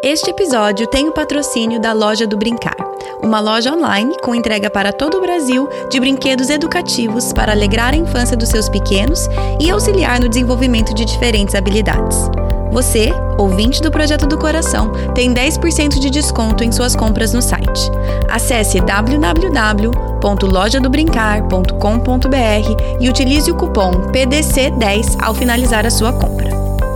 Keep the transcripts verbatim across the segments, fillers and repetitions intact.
Este episódio tem o patrocínio da Loja do Brincar, uma loja online com entrega para todo o Brasil de brinquedos educativos para alegrar a infância dos seus pequenos e auxiliar no desenvolvimento de diferentes habilidades. Você, ouvinte do Projeto do Coração, tem dez por cento de desconto em suas compras no site. Acesse w w w ponto loja do brincar ponto com ponto b r e utilize o cupom P D C dez ao finalizar a sua compra.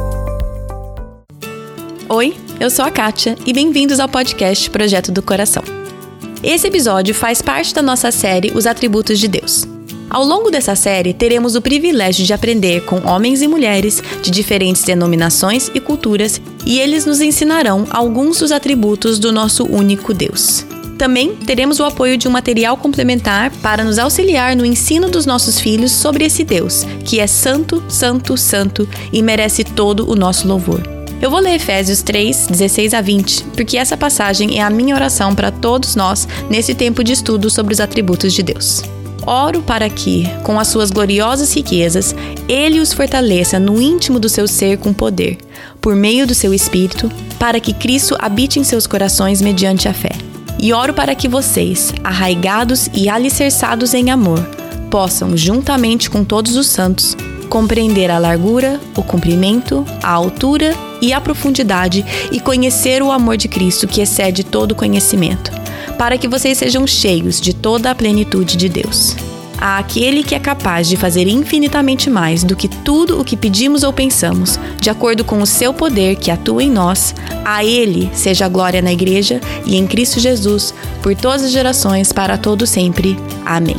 Oi, eu sou a Kátia e bem-vindos ao podcast Projeto do Coração. Esse episódio faz parte da nossa série Os Atributos de Deus. Ao longo dessa série, teremos o privilégio de aprender com homens e mulheres de diferentes denominações e culturas, e eles nos ensinarão alguns dos atributos do nosso único Deus. Também teremos o apoio de um material complementar para nos auxiliar no ensino dos nossos filhos sobre esse Deus, que é santo, santo, santo e merece todo o nosso louvor. Eu vou ler Efésios três, dezesseis a vinte, porque essa passagem é a minha oração para todos nós nesse tempo de estudo sobre os atributos de Deus. Oro para que, com as suas gloriosas riquezas, Ele os fortaleça no íntimo do seu ser com poder, por meio do seu Espírito, para que Cristo habite em seus corações mediante a fé. E oro para que vocês, arraigados e alicerçados em amor, possam, juntamente com todos os santos, compreender a largura, o comprimento, a altura e a profundidade e conhecer o amor de Cristo que excede todo conhecimento, para que vocês sejam cheios de toda a plenitude de Deus. Àquele que é capaz de fazer infinitamente mais do que tudo o que pedimos ou pensamos, de acordo com o seu poder que atua em nós, a Ele seja a glória na Igreja e em Cristo Jesus, por todas as gerações, para todo sempre. Amém.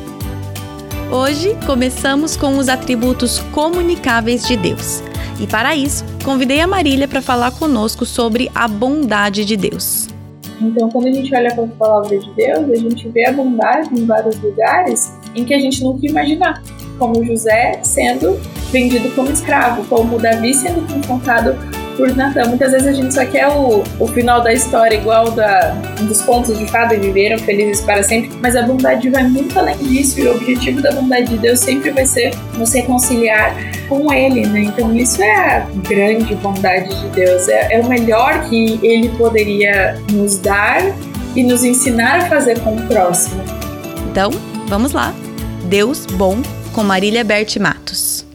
Hoje, começamos com os atributos comunicáveis de Deus. E para isso, convidei a Marília para falar conosco sobre a bondade de Deus. Então, quando a gente olha para a palavra de Deus, a gente vê a bondade em vários lugares em que a gente nunca ia imaginar. Como José sendo vendido como escravo, como Davi sendo confrontado por Natan. Muitas vezes a gente só quer o, o final da história igual da, dos contos de fada, viveram felizes para sempre, mas a bondade vai muito além disso, e o objetivo da bondade de Deus sempre vai ser nos reconciliar com Ele, né? Então isso é a grande bondade de Deus, é, é o melhor que Ele poderia nos dar e nos ensinar a fazer com o próximo. Então, vamos lá. Deus bom, com Marília Berti Matos.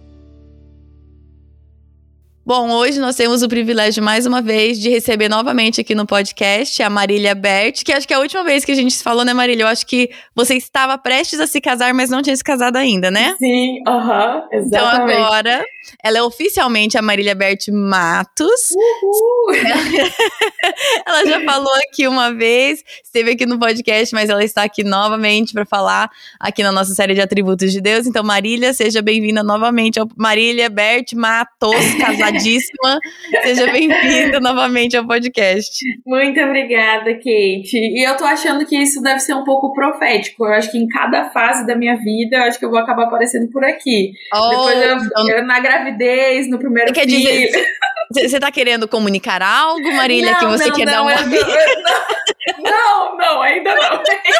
Bom, hoje nós temos o privilégio, mais uma vez, de receber novamente aqui no podcast a Marília Berti, que acho que é a última vez que a gente se falou, né, Marília? Eu acho que você estava prestes a se casar, mas não tinha se casado ainda, né? Sim, aham, uh-huh, exatamente. Então agora, ela é oficialmente a Marília Berti Matos. Uhul! Ela já falou aqui uma vez, esteve aqui no podcast, mas ela está aqui novamente para falar aqui na nossa série de atributos de Deus. Então, Marília, seja bem-vinda novamente ao Marília Berti Matos, casada. Seja bem-vinda novamente ao podcast. Muito obrigada, Kate. E eu tô achando que isso deve ser um pouco profético. Eu acho que em cada fase da minha vida, eu acho que eu vou acabar aparecendo por aqui. Oh, Depois eu, então... eu na gravidez, no primeiro você filho. Quer dizer, você tá querendo comunicar algo, Marília, não, que você não, quer não, dar uma... Eu tô, eu, não, não, não, ainda não.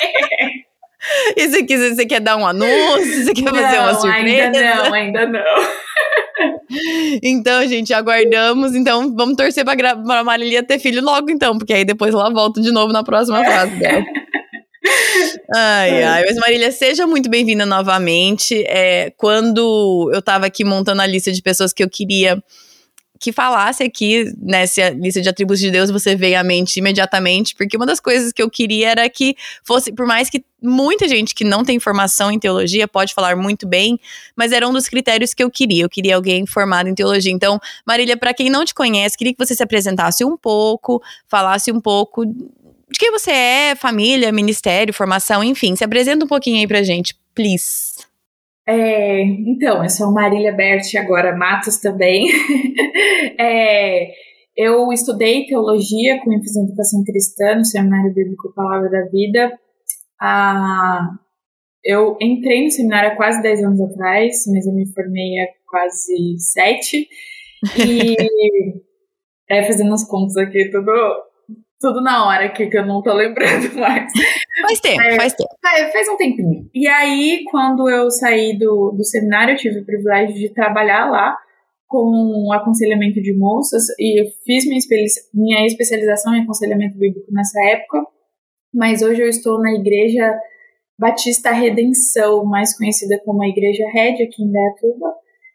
E você, quer, você quer dar um anúncio? Você quer não, fazer uma surpresa? Ainda não, ainda não. Então, gente, aguardamos. Então, vamos torcer pra, gra- pra Marília ter filho logo, então, porque aí depois ela volta de novo na próxima fase dela. Ai, ai. Mas, Marília, seja muito bem-vinda novamente. É, quando eu tava aqui montando a lista de pessoas que eu queria que falasse aqui nessa lista de atributos de Deus, você veio à mente imediatamente, porque uma das coisas que eu queria era que fosse, por mais que muita gente que não tem formação em teologia pode falar muito bem, mas era um dos critérios que eu queria, eu queria alguém formado em teologia. Então, Marília, para quem não te conhece, queria que você se apresentasse um pouco, falasse um pouco de quem você é, família, ministério, formação, enfim, se apresenta um pouquinho aí pra gente, please. É, então, eu sou Marília Berti, agora Matos também. é, eu estudei teologia com ênfase em educação cristã no Seminário Bíblico Palavra da Vida. Ah, eu entrei no seminário há quase dez anos atrás, mas eu me formei há quase sete. E é, fazendo as contas aqui, tudo, tudo na hora aqui que eu não tô lembrando mais. Faz tempo, é, faz tempo. É, faz um tempinho. E aí, quando eu saí do, do seminário, eu tive o privilégio de trabalhar lá com aconselhamento de moças, e eu fiz minha, espe- minha especialização em aconselhamento bíblico nessa época, mas hoje eu estou na Igreja Batista Redenção, mais conhecida como a Igreja Red, aqui em Indaiatuba.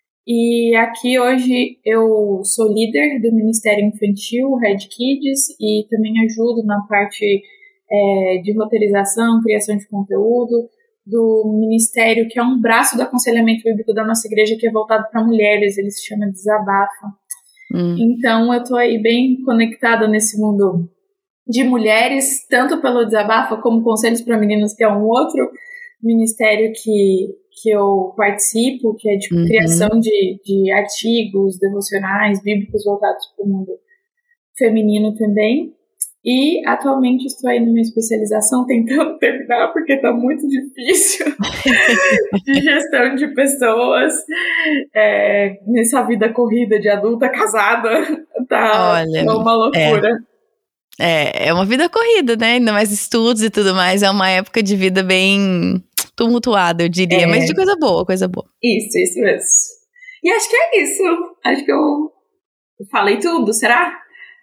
E aqui hoje eu sou líder do Ministério Infantil, Red Kids, e também ajudo na parte é, de roteirização, criação de conteúdo, do Ministério, que é um braço do aconselhamento bíblico da nossa igreja, que é voltado para mulheres, ele se chama Desabafa. Hum. Então eu estou aí bem conectada nesse mundo de mulheres, tanto pelo Desabafa como Conselhos para Meninos, que é um outro ministério que, que eu participo, que é de uhum. criação de, de artigos devocionais, bíblicos voltados para o mundo feminino também. E atualmente estou aí numa especialização tentando terminar, porque está muito difícil, de gestão de pessoas, é, nessa vida corrida de adulta casada, tá Olha, uma loucura. É, é uma vida corrida, né? Ainda mais estudos e tudo mais, é uma época de vida bem tumultuada, eu diria, é. Mas de coisa boa, coisa boa. Isso, isso mesmo. E acho que é isso, acho que eu falei tudo, será?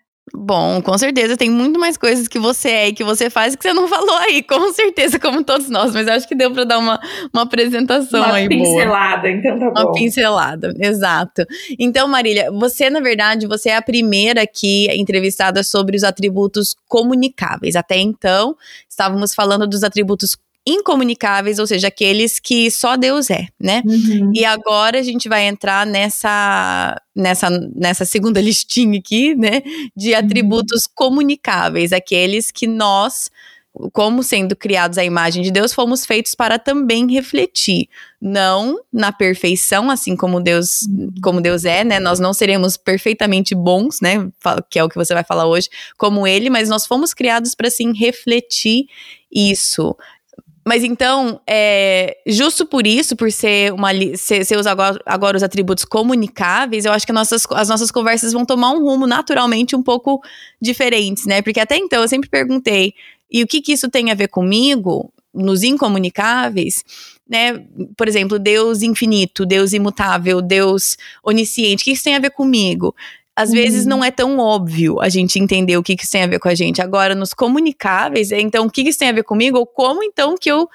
Bom, com certeza tem muito mais coisas que você é e que você faz que você não falou aí, com certeza, como todos nós, mas acho que deu pra dar uma, uma apresentação uma aí boa. Uma pincelada, então tá bom. Uma pincelada, exato. Então, Marília, você, na verdade, você é a primeira aqui entrevistada sobre os atributos comunicáveis. Até então, estávamos falando dos atributos incomunicáveis, ou seja, aqueles que só Deus é, né? Uhum. E agora a gente vai entrar nessa, nessa, nessa segunda listinha aqui, né? De atributos uhum. comunicáveis, aqueles que nós, como sendo criados à imagem de Deus, fomos feitos para também refletir. Não na perfeição, assim como Deus, uhum. como Deus é, né? Nós não seremos perfeitamente bons, né? Que é o que você vai falar hoje, como Ele, mas nós fomos criados para, sim, refletir isso. Mas então, é, justo por isso, por ser uma ser, ser os agora, agora os atributos comunicáveis, eu acho que nossas, as nossas conversas vão tomar um rumo naturalmente um pouco diferentes, né? Porque até então eu sempre perguntei, e o que que isso tem a ver comigo, nos incomunicáveis, né? Por exemplo, Deus infinito, Deus imutável, Deus onisciente, o que isso tem a ver comigo? Às uhum. vezes não é tão óbvio a gente entender o que, que isso tem a ver com a gente. Agora, nos comunicáveis, então, o que, que isso tem a ver comigo? Ou como, então, que eu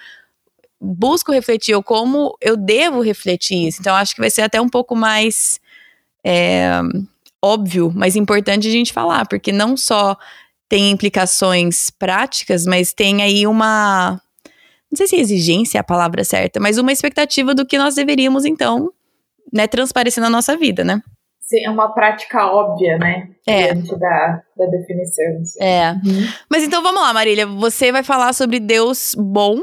busco refletir? Ou como eu devo refletir isso? Então, acho que vai ser até um pouco mais é, óbvio, mas importante a gente falar. Porque não só tem implicações práticas, mas tem aí uma... Não sei se exigência é a palavra certa, mas uma expectativa do que nós deveríamos, então, né, transparecer na nossa vida, né? É uma prática óbvia, né? É. Diante da, da definição. Assim. É. Uhum. Mas então vamos lá, Marília. Você vai falar sobre Deus bom.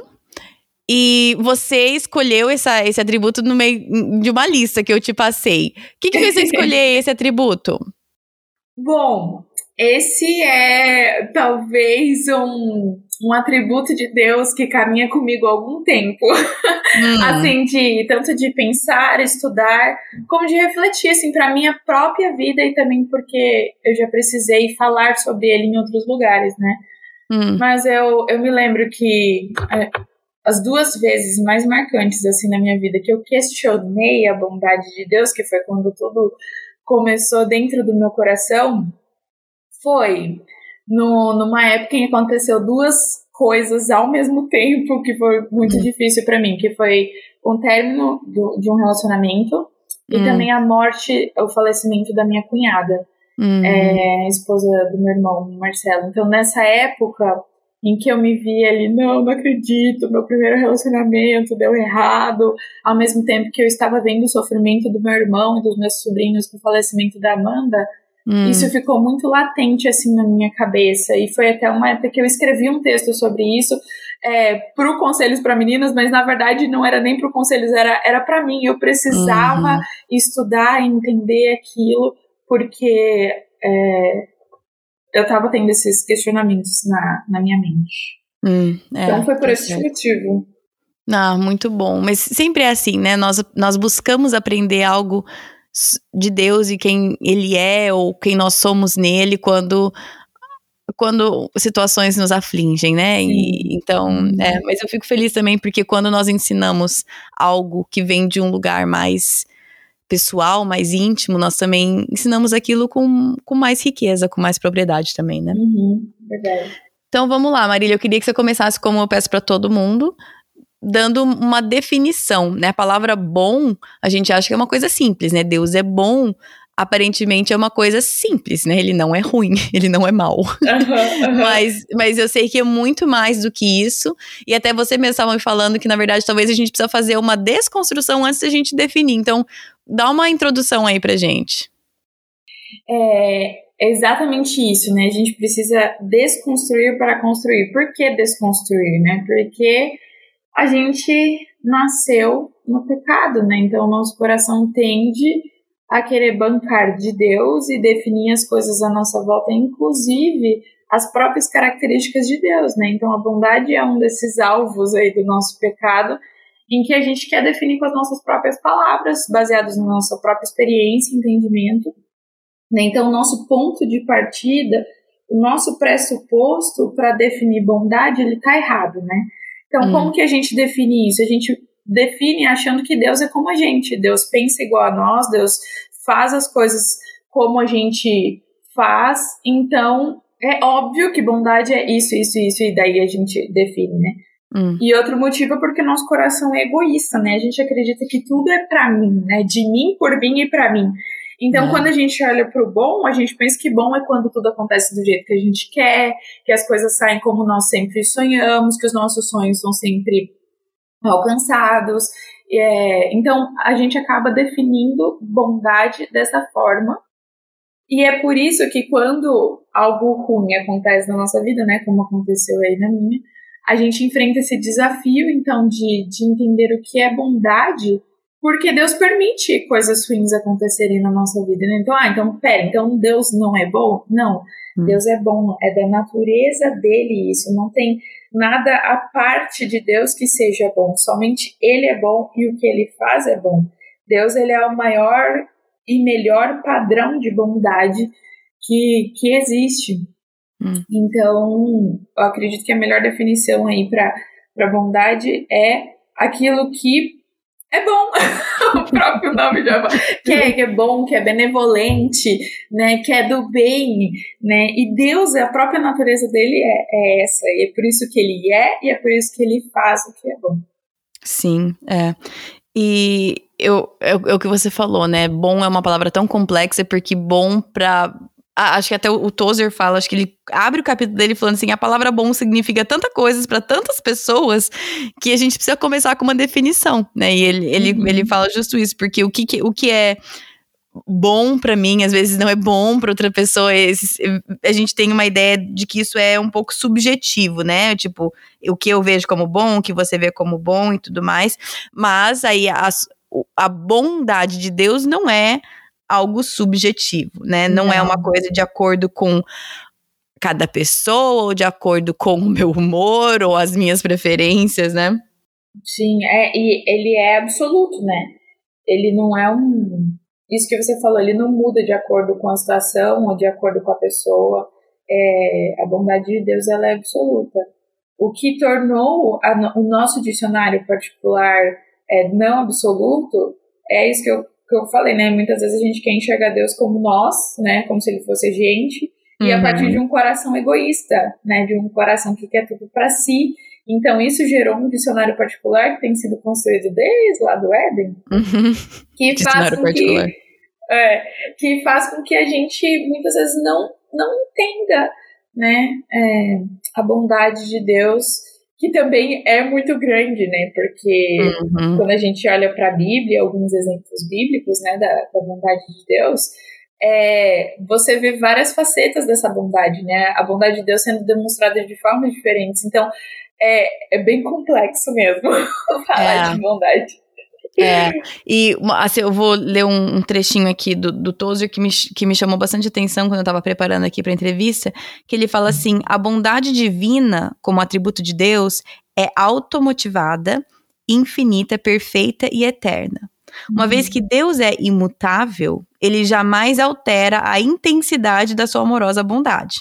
E você escolheu essa, esse atributo no meio de uma lista que eu te passei. O que, que fez você escolher esse atributo? Bom, esse é talvez um, um atributo de Deus que caminha comigo há algum tempo. Hum. Assim, de tanto de pensar, estudar, como de refletir, assim, para minha própria vida e também porque eu já precisei falar sobre ele em outros lugares, né? Hum. Mas eu, eu me lembro que é, as duas vezes mais marcantes, assim, na minha vida, que eu questionei a bondade de Deus, que foi quando tudo começou dentro do meu coração, foi no, numa época em que aconteceu duas coisas ao mesmo tempo que foi muito hum. difícil para mim, que foi o término do, de um relacionamento hum. e também a morte, o falecimento da minha cunhada, hum. é, a esposa do meu irmão, Marcelo. Então, nessa época em que eu me vi ali, não, não acredito, meu primeiro relacionamento deu errado, ao mesmo tempo que eu estava vendo o sofrimento do meu irmão e dos meus sobrinhos com o falecimento da Amanda, hum. isso ficou muito latente, assim, na minha cabeça, e foi até uma época que eu escrevi um texto sobre isso, é, pro Conselhos para Meninas, mas na verdade não era nem pro Conselhos, era, era para mim, eu precisava uhum. estudar e entender aquilo, porque é, eu tava tendo esses questionamentos na, na minha mente. Hum, é, então foi por tá esse certo. motivo. Ah, muito bom, mas sempre é assim, né, nós, nós buscamos aprender algo de Deus e quem Ele é ou quem nós somos nele quando, quando situações nos afligem, né? E, então, é, mas eu fico feliz também porque quando nós ensinamos algo que vem de um lugar mais pessoal, mais íntimo, nós também ensinamos aquilo com, com mais riqueza, com mais propriedade também, né? Uhum, verdade. Então vamos lá, Marília, eu queria que você começasse, como eu peço para todo mundo, dando uma definição, né? A palavra bom, a gente acha que é uma coisa simples, né? Deus é bom, aparentemente é uma coisa simples, né? Ele não é ruim, ele não é mau. Uhum, uhum. Mas, mas eu sei que é muito mais do que isso. E até você mesmo estava me falando que, na verdade, talvez a gente precisa fazer uma desconstrução antes da gente definir. Então, dá uma introdução aí pra gente. É exatamente isso, né? A gente precisa desconstruir para construir. Por que desconstruir, né? Porque a gente nasceu no pecado, né? Então, o nosso coração tende a querer bancar de Deus e definir as coisas à nossa volta, inclusive as próprias características de Deus, né? Então, a bondade é um desses alvos aí do nosso pecado, em que a gente quer definir com as nossas próprias palavras, baseados na nossa própria experiência e entendimento, né? Então, o nosso ponto de partida, o nosso pressuposto para definir bondade, ele está errado, né? Então, hum. como que a gente define isso? A gente define achando que Deus é como a gente, Deus pensa igual a nós, Deus faz as coisas como a gente faz, então é óbvio que bondade é isso, isso, isso, e daí a gente define, né? Hum. E outro motivo é porque nosso coração é egoísta, né? A gente acredita que tudo é pra mim, né? De mim, por mim e pra mim. Então, hum. quando a gente olha pro bom, a gente pensa que bom é quando tudo acontece do jeito que a gente quer, que as coisas saem como nós sempre sonhamos, que os nossos sonhos são sempre alcançados. É, então, a gente acaba definindo bondade dessa forma. E é por isso que quando algo ruim acontece na nossa vida, né, como aconteceu aí na minha, a gente enfrenta esse desafio, então, de, de entender o que é bondade, porque Deus permite coisas ruins acontecerem na nossa vida, né? Então, ah, então, pera, então Deus não é bom? Não, hum. Deus é bom, é da natureza dele isso, não tem nada à parte de Deus que seja bom, somente ele é bom e o que ele faz é bom. Deus, ele é o maior e melhor padrão de bondade que, que existe. Hum. Então, eu acredito que a melhor definição aí para bondade é aquilo que é bom, o próprio nome já fala, que é, que é bom, que é benevolente, né, que é do bem, né, e Deus, a própria natureza dele é, é essa, e é por isso que ele é, e é por isso que ele faz o que é bom. Sim, é, e eu, é, é o que você falou, né, bom é uma palavra tão complexa, porque bom pra... Ah, acho que até o Tozer fala, acho que ele abre o capítulo dele falando assim, a palavra bom significa tanta coisas para tantas pessoas que a gente precisa começar com uma definição, né? E ele, ele, uhum. ele fala justo isso, porque o que, o que é bom para mim, às vezes não é bom para outra pessoa. A gente tem uma ideia de que isso é um pouco subjetivo, né? Tipo, o que eu vejo como bom, o que você vê como bom e tudo mais. Mas aí a, a bondade de Deus não é algo subjetivo, né? Não, não é uma coisa de acordo com cada pessoa, ou de acordo com o meu humor, ou as minhas preferências, né? Sim, é, e ele é absoluto, né? Ele não é um... Isso que você falou, ele não muda de acordo com a situação, ou de acordo com a pessoa. É, a bondade de Deus, ela é absoluta. O que tornou a, o nosso dicionário particular é, não absoluto, é isso que eu que eu falei, né, muitas vezes a gente quer enxergar Deus como nós, né, como se ele fosse gente, uhum. e a partir de um coração egoísta, né, de um coração que quer tudo para si. Então isso gerou um dicionário particular que tem sido construído desde lá do Éden, uhum. que faz com particular. que é, que faz com que a gente muitas vezes não, não entenda, né, é, a bondade de Deus, que também é muito grande, né, porque uhum. quando a gente olha para a Bíblia, alguns exemplos bíblicos, né, da, da bondade de Deus, é, você vê várias facetas dessa bondade, né, a bondade de Deus sendo demonstrada de formas diferentes, então é, é bem complexo mesmo falar é. de bondade. É, e assim, eu vou ler um, um trechinho aqui do, do Tozer que me, que me chamou bastante atenção quando eu estava preparando aqui para a entrevista, que ele fala assim, a bondade divina como atributo de Deus é automotivada, infinita, perfeita e eterna. Uma uhum. vez que Deus é imutável, ele jamais altera a intensidade da sua amorosa bondade.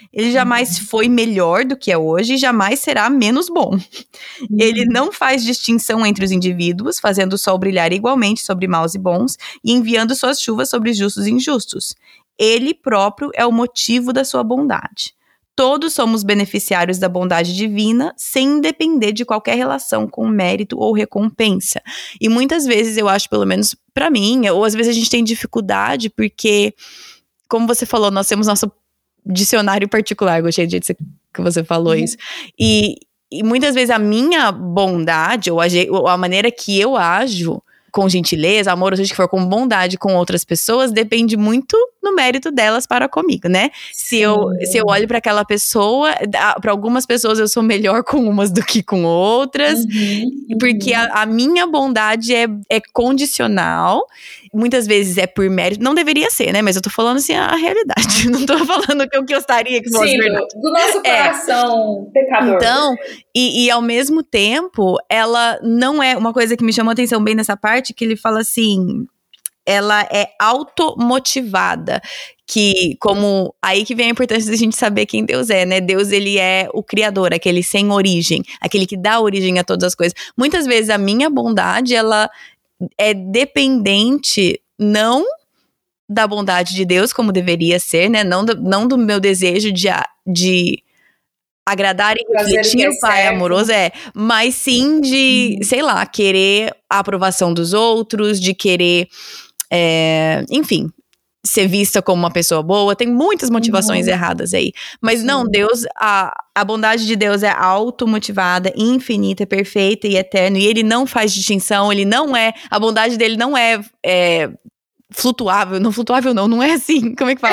Ele jamais foi melhor do que é hoje e jamais será menos bom. Uhum. Ele não faz distinção entre os indivíduos, fazendo o sol brilhar igualmente sobre maus e bons e enviando suas chuvas sobre justos e injustos. Ele próprio é o motivo da sua bondade. Todos somos beneficiários da bondade divina, sem depender de qualquer relação com mérito ou recompensa. E muitas vezes, eu acho, pelo menos pra mim, ou às vezes a gente tem dificuldade porque, como você falou, nós temos nosso dicionário particular, gostei do jeito que você falou isso. E, e muitas vezes a minha bondade, ou a, ou a maneira que eu ajo com gentileza, amor, ou seja, que for com bondade com outras pessoas, depende muito no mérito delas para comigo, né? Se eu, se eu olho para aquela pessoa, para algumas pessoas eu sou melhor com umas do que com outras, uhum, porque uhum. A, a minha bondade é, é condicional, muitas vezes é por mérito, não deveria ser, né? Mas eu tô falando assim a realidade, não tô falando que eu gostaria que fosse Sim, verdade. Do, do nosso coração é. Pecador. Então, e, e ao mesmo tempo, ela não é uma coisa que me chamou a atenção bem nessa parte, que ele fala assim, ela é automotivada, que como, aí que vem a importância da gente saber quem Deus é, né? Deus, ele é o criador, aquele sem origem, aquele que dá origem a todas as coisas. Muitas vezes a minha bondade, ela é dependente, não da bondade de Deus, como deveria ser, né? Não do, não do meu desejo de, de agradar e refletir o pai certo. Amoroso, é, mas sim de, uhum. sei lá, querer a aprovação dos outros, de querer, é, enfim, ser vista como uma pessoa boa. Tem muitas motivações uhum. erradas aí. Mas sim. não, Deus, a, a bondade de Deus é automotivada, infinita, perfeita e eterna, e ele não faz distinção, ele não é, a bondade dele não é, é flutuável, não flutuável não, não é assim, como é que fala?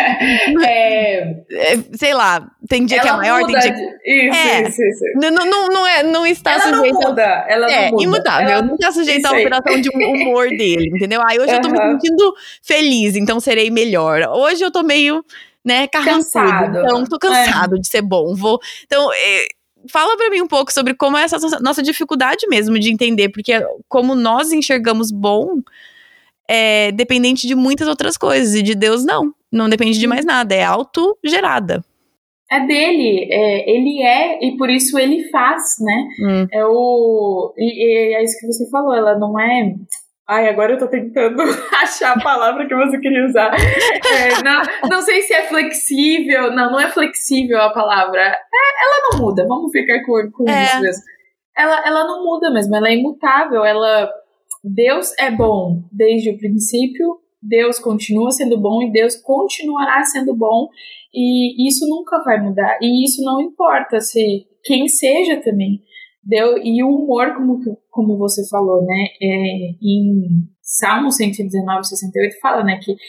é, é, sei lá, tem dia ela que é maior, muda, tem dia que... Isso, é, isso, isso. Não, não, não, é, não está ela sujeito... Não muda, ela é, não muda. imutável, ela... não está sujeito à alteração de um humor dele, entendeu? Aí hoje uhum. eu tô me sentindo feliz, então serei melhor. Hoje eu tô meio, né, carrancudo, então tô cansado é. de ser bom, vou... Então... É, fala pra mim um pouco sobre como é essa nossa dificuldade mesmo de entender, porque como nós enxergamos bom... é dependente de muitas outras coisas, e de Deus não, não depende de mais nada, é autogerada. É dele, é, ele é, e por isso ele faz, né, hum. é o, e, e é isso que você falou, ela não é, ai, agora eu tô tentando achar a palavra que você queria usar, é, não, não sei se é flexível, não, não é flexível a palavra, é, ela não muda, vamos ficar com, com é. isso mesmo, ela, ela não muda mesmo, ela é imutável, ela... Deus é bom desde o princípio, Deus continua sendo bom e Deus continuará sendo bom, e isso nunca vai mudar, e isso não importa se quem seja também. Deus, e o humor, como, como você falou, né, é, em Salmo cento e dezenove, sessenta e oito, fala, né, que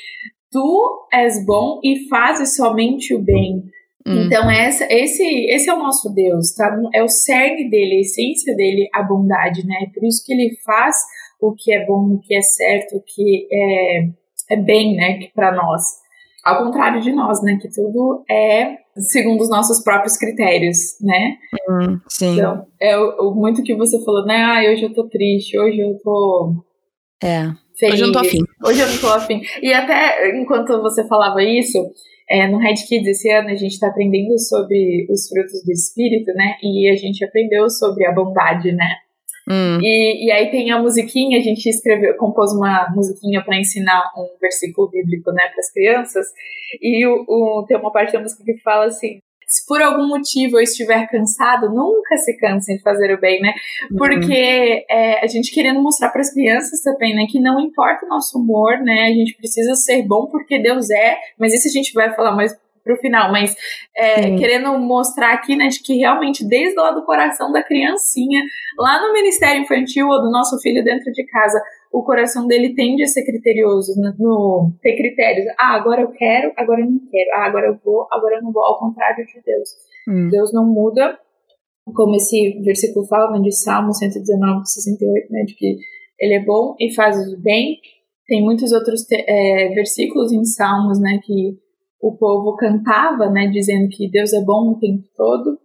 tu és bom e fazes somente o bem. Hum. Então essa, esse, esse é o nosso Deus, tá? É o cerne dele, a essência dele, a bondade, né, é por isso que ele faz o que é bom, o que é certo, o que é, é bem, né, para nós. Ao contrário de nós, né, que tudo é segundo os nossos próprios critérios, né? Hum, sim. Então, é o, o, muito que você falou, né, ah, hoje eu tô triste, hoje eu tô... É, feliz, hoje eu não tô afim. Hoje eu não tô afim. E até, enquanto você falava isso, é, no Red Kids esse ano a gente tá aprendendo sobre os frutos do Espírito, né, e a gente aprendeu sobre a bondade, né? Hum. E, e aí tem a musiquinha, a gente escreveu, compôs uma musiquinha para ensinar um versículo bíblico, né, para as crianças, e o, o, tem uma parte da música que fala assim: se por algum motivo eu estiver cansado, nunca se cansem de fazer o bem, né, porque uhum. é, a gente querendo mostrar para as crianças também, né, que não importa o nosso humor, né, a gente precisa ser bom porque Deus é, mas isso a gente vai falar mais pro final, mas é, querendo mostrar aqui, né, de que realmente desde lá do coração da criancinha, lá no ministério infantil ou do nosso filho dentro de casa, o coração dele tende a ser criterioso, no, no ter critérios. Ah, agora eu quero, agora eu não quero. Ah, agora eu vou, agora eu não vou. Ao contrário de Deus. Hum. Deus não muda, como esse versículo fala, né, de Salmo cento e dezenove, sessenta e oito, né, de que ele é bom e faz o bem. Tem muitos outros te- é, versículos em Salmos, né, que o povo cantava, né, dizendo que Deus é bom o tempo todo.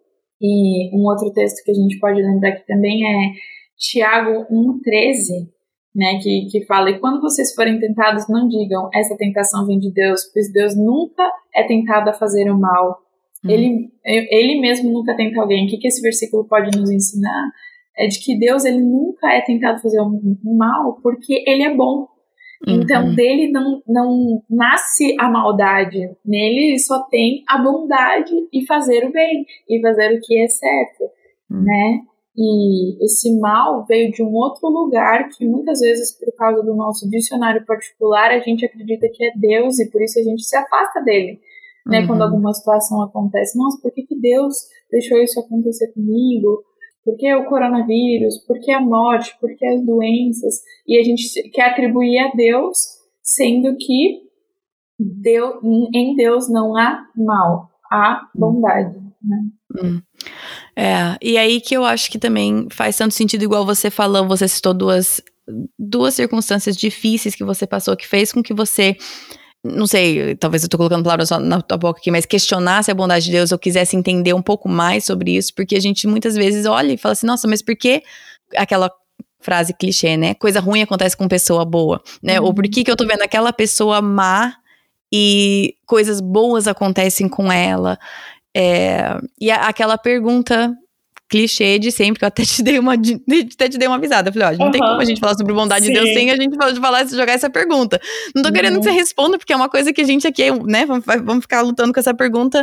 E um outro texto que a gente pode lembrar aqui também é Tiago um, treze, né, que, que fala: e quando vocês forem tentados, não digam, essa tentação vem de Deus, pois Deus nunca é tentado a fazer o mal, Hum. Ele, ele mesmo nunca tenta alguém. O que, que esse versículo pode nos ensinar? É de que Deus, ele nunca é tentado fazer um mal porque ele é bom. Uhum. Então, dele não, não nasce a maldade. Nele só tem a bondade e fazer o bem, e fazer o que é certo, uhum. né? E esse mal veio de um outro lugar que muitas vezes, por causa do nosso dicionário particular, a gente acredita que é Deus e por isso a gente se afasta dele. Né? Uhum. Quando alguma situação acontece, nossa, por que, que Deus deixou isso acontecer comigo? Por que o coronavírus? Por que a morte? Por que as doenças? E a gente quer atribuir a Deus, sendo que Deus, em Deus não há mal, há bondade. Né? Hum. É, e aí que eu acho que também faz tanto sentido, igual você falou, você citou duas, duas circunstâncias difíceis que você passou, que fez com que você... Não sei, talvez eu tô colocando palavras na tua boca aqui, mas questionasse a bondade de Deus ou quisesse entender um pouco mais sobre isso, porque a gente muitas vezes olha e fala assim, nossa, mas por que aquela frase clichê, né? Coisa ruim acontece com pessoa boa, né? Uhum. Ou por que que eu tô vendo aquela pessoa má e coisas boas acontecem com ela? É, e a, aquela pergunta clichê de sempre, que eu até te dei uma, até te dei uma avisada. Eu falei, ó, não uhum. tem como a gente falar sobre bondade Sim. de Deus sem a gente falar, jogar essa pergunta. Não tô uhum. querendo que você responda, porque é uma coisa que a gente aqui, né, vamos, vamos ficar lutando com essa pergunta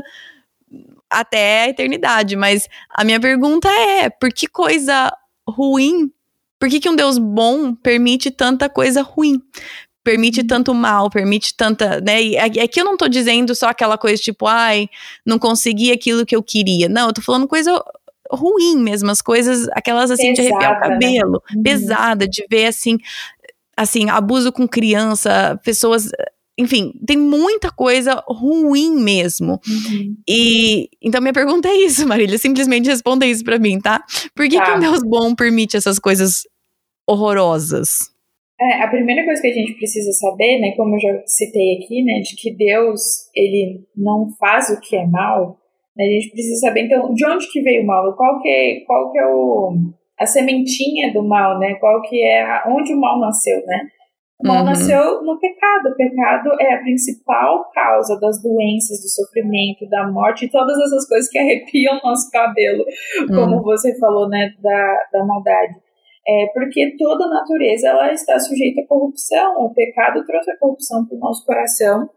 até a eternidade. Mas a minha pergunta é, por que coisa ruim? Por que que um Deus bom permite tanta coisa ruim? Permite tanto mal, permite tanta, né, e aqui eu não tô dizendo só aquela coisa tipo, ai, não consegui aquilo que eu queria. Não, eu tô falando coisa ruim mesmo, as coisas, aquelas assim, pesada, de arrepiar o cabelo, né? Pesada, uhum. de ver assim, assim, abuso com criança, pessoas, enfim, tem muita coisa ruim mesmo. Uhum. E, então minha pergunta é isso, Marília, simplesmente responda isso pra mim, tá? Por que tá. que um Deus bom permite essas coisas horrorosas? É, a primeira coisa que a gente precisa saber, né, como eu já citei aqui, né, de que Deus, ele não faz o que é mal, né, a gente precisa saber, então, de onde que veio o mal, qual que é, qual que é o, a sementinha do mal, né, qual que é, a, onde o mal nasceu, né. O mal uhum. nasceu no pecado, o pecado é a principal causa das doenças, do sofrimento, da morte, e todas essas coisas que arrepiam o nosso cabelo, uhum. como você falou, né, da, da maldade. É porque toda a natureza ela está sujeita à corrupção. O pecado trouxe a corrupção para o nosso coração.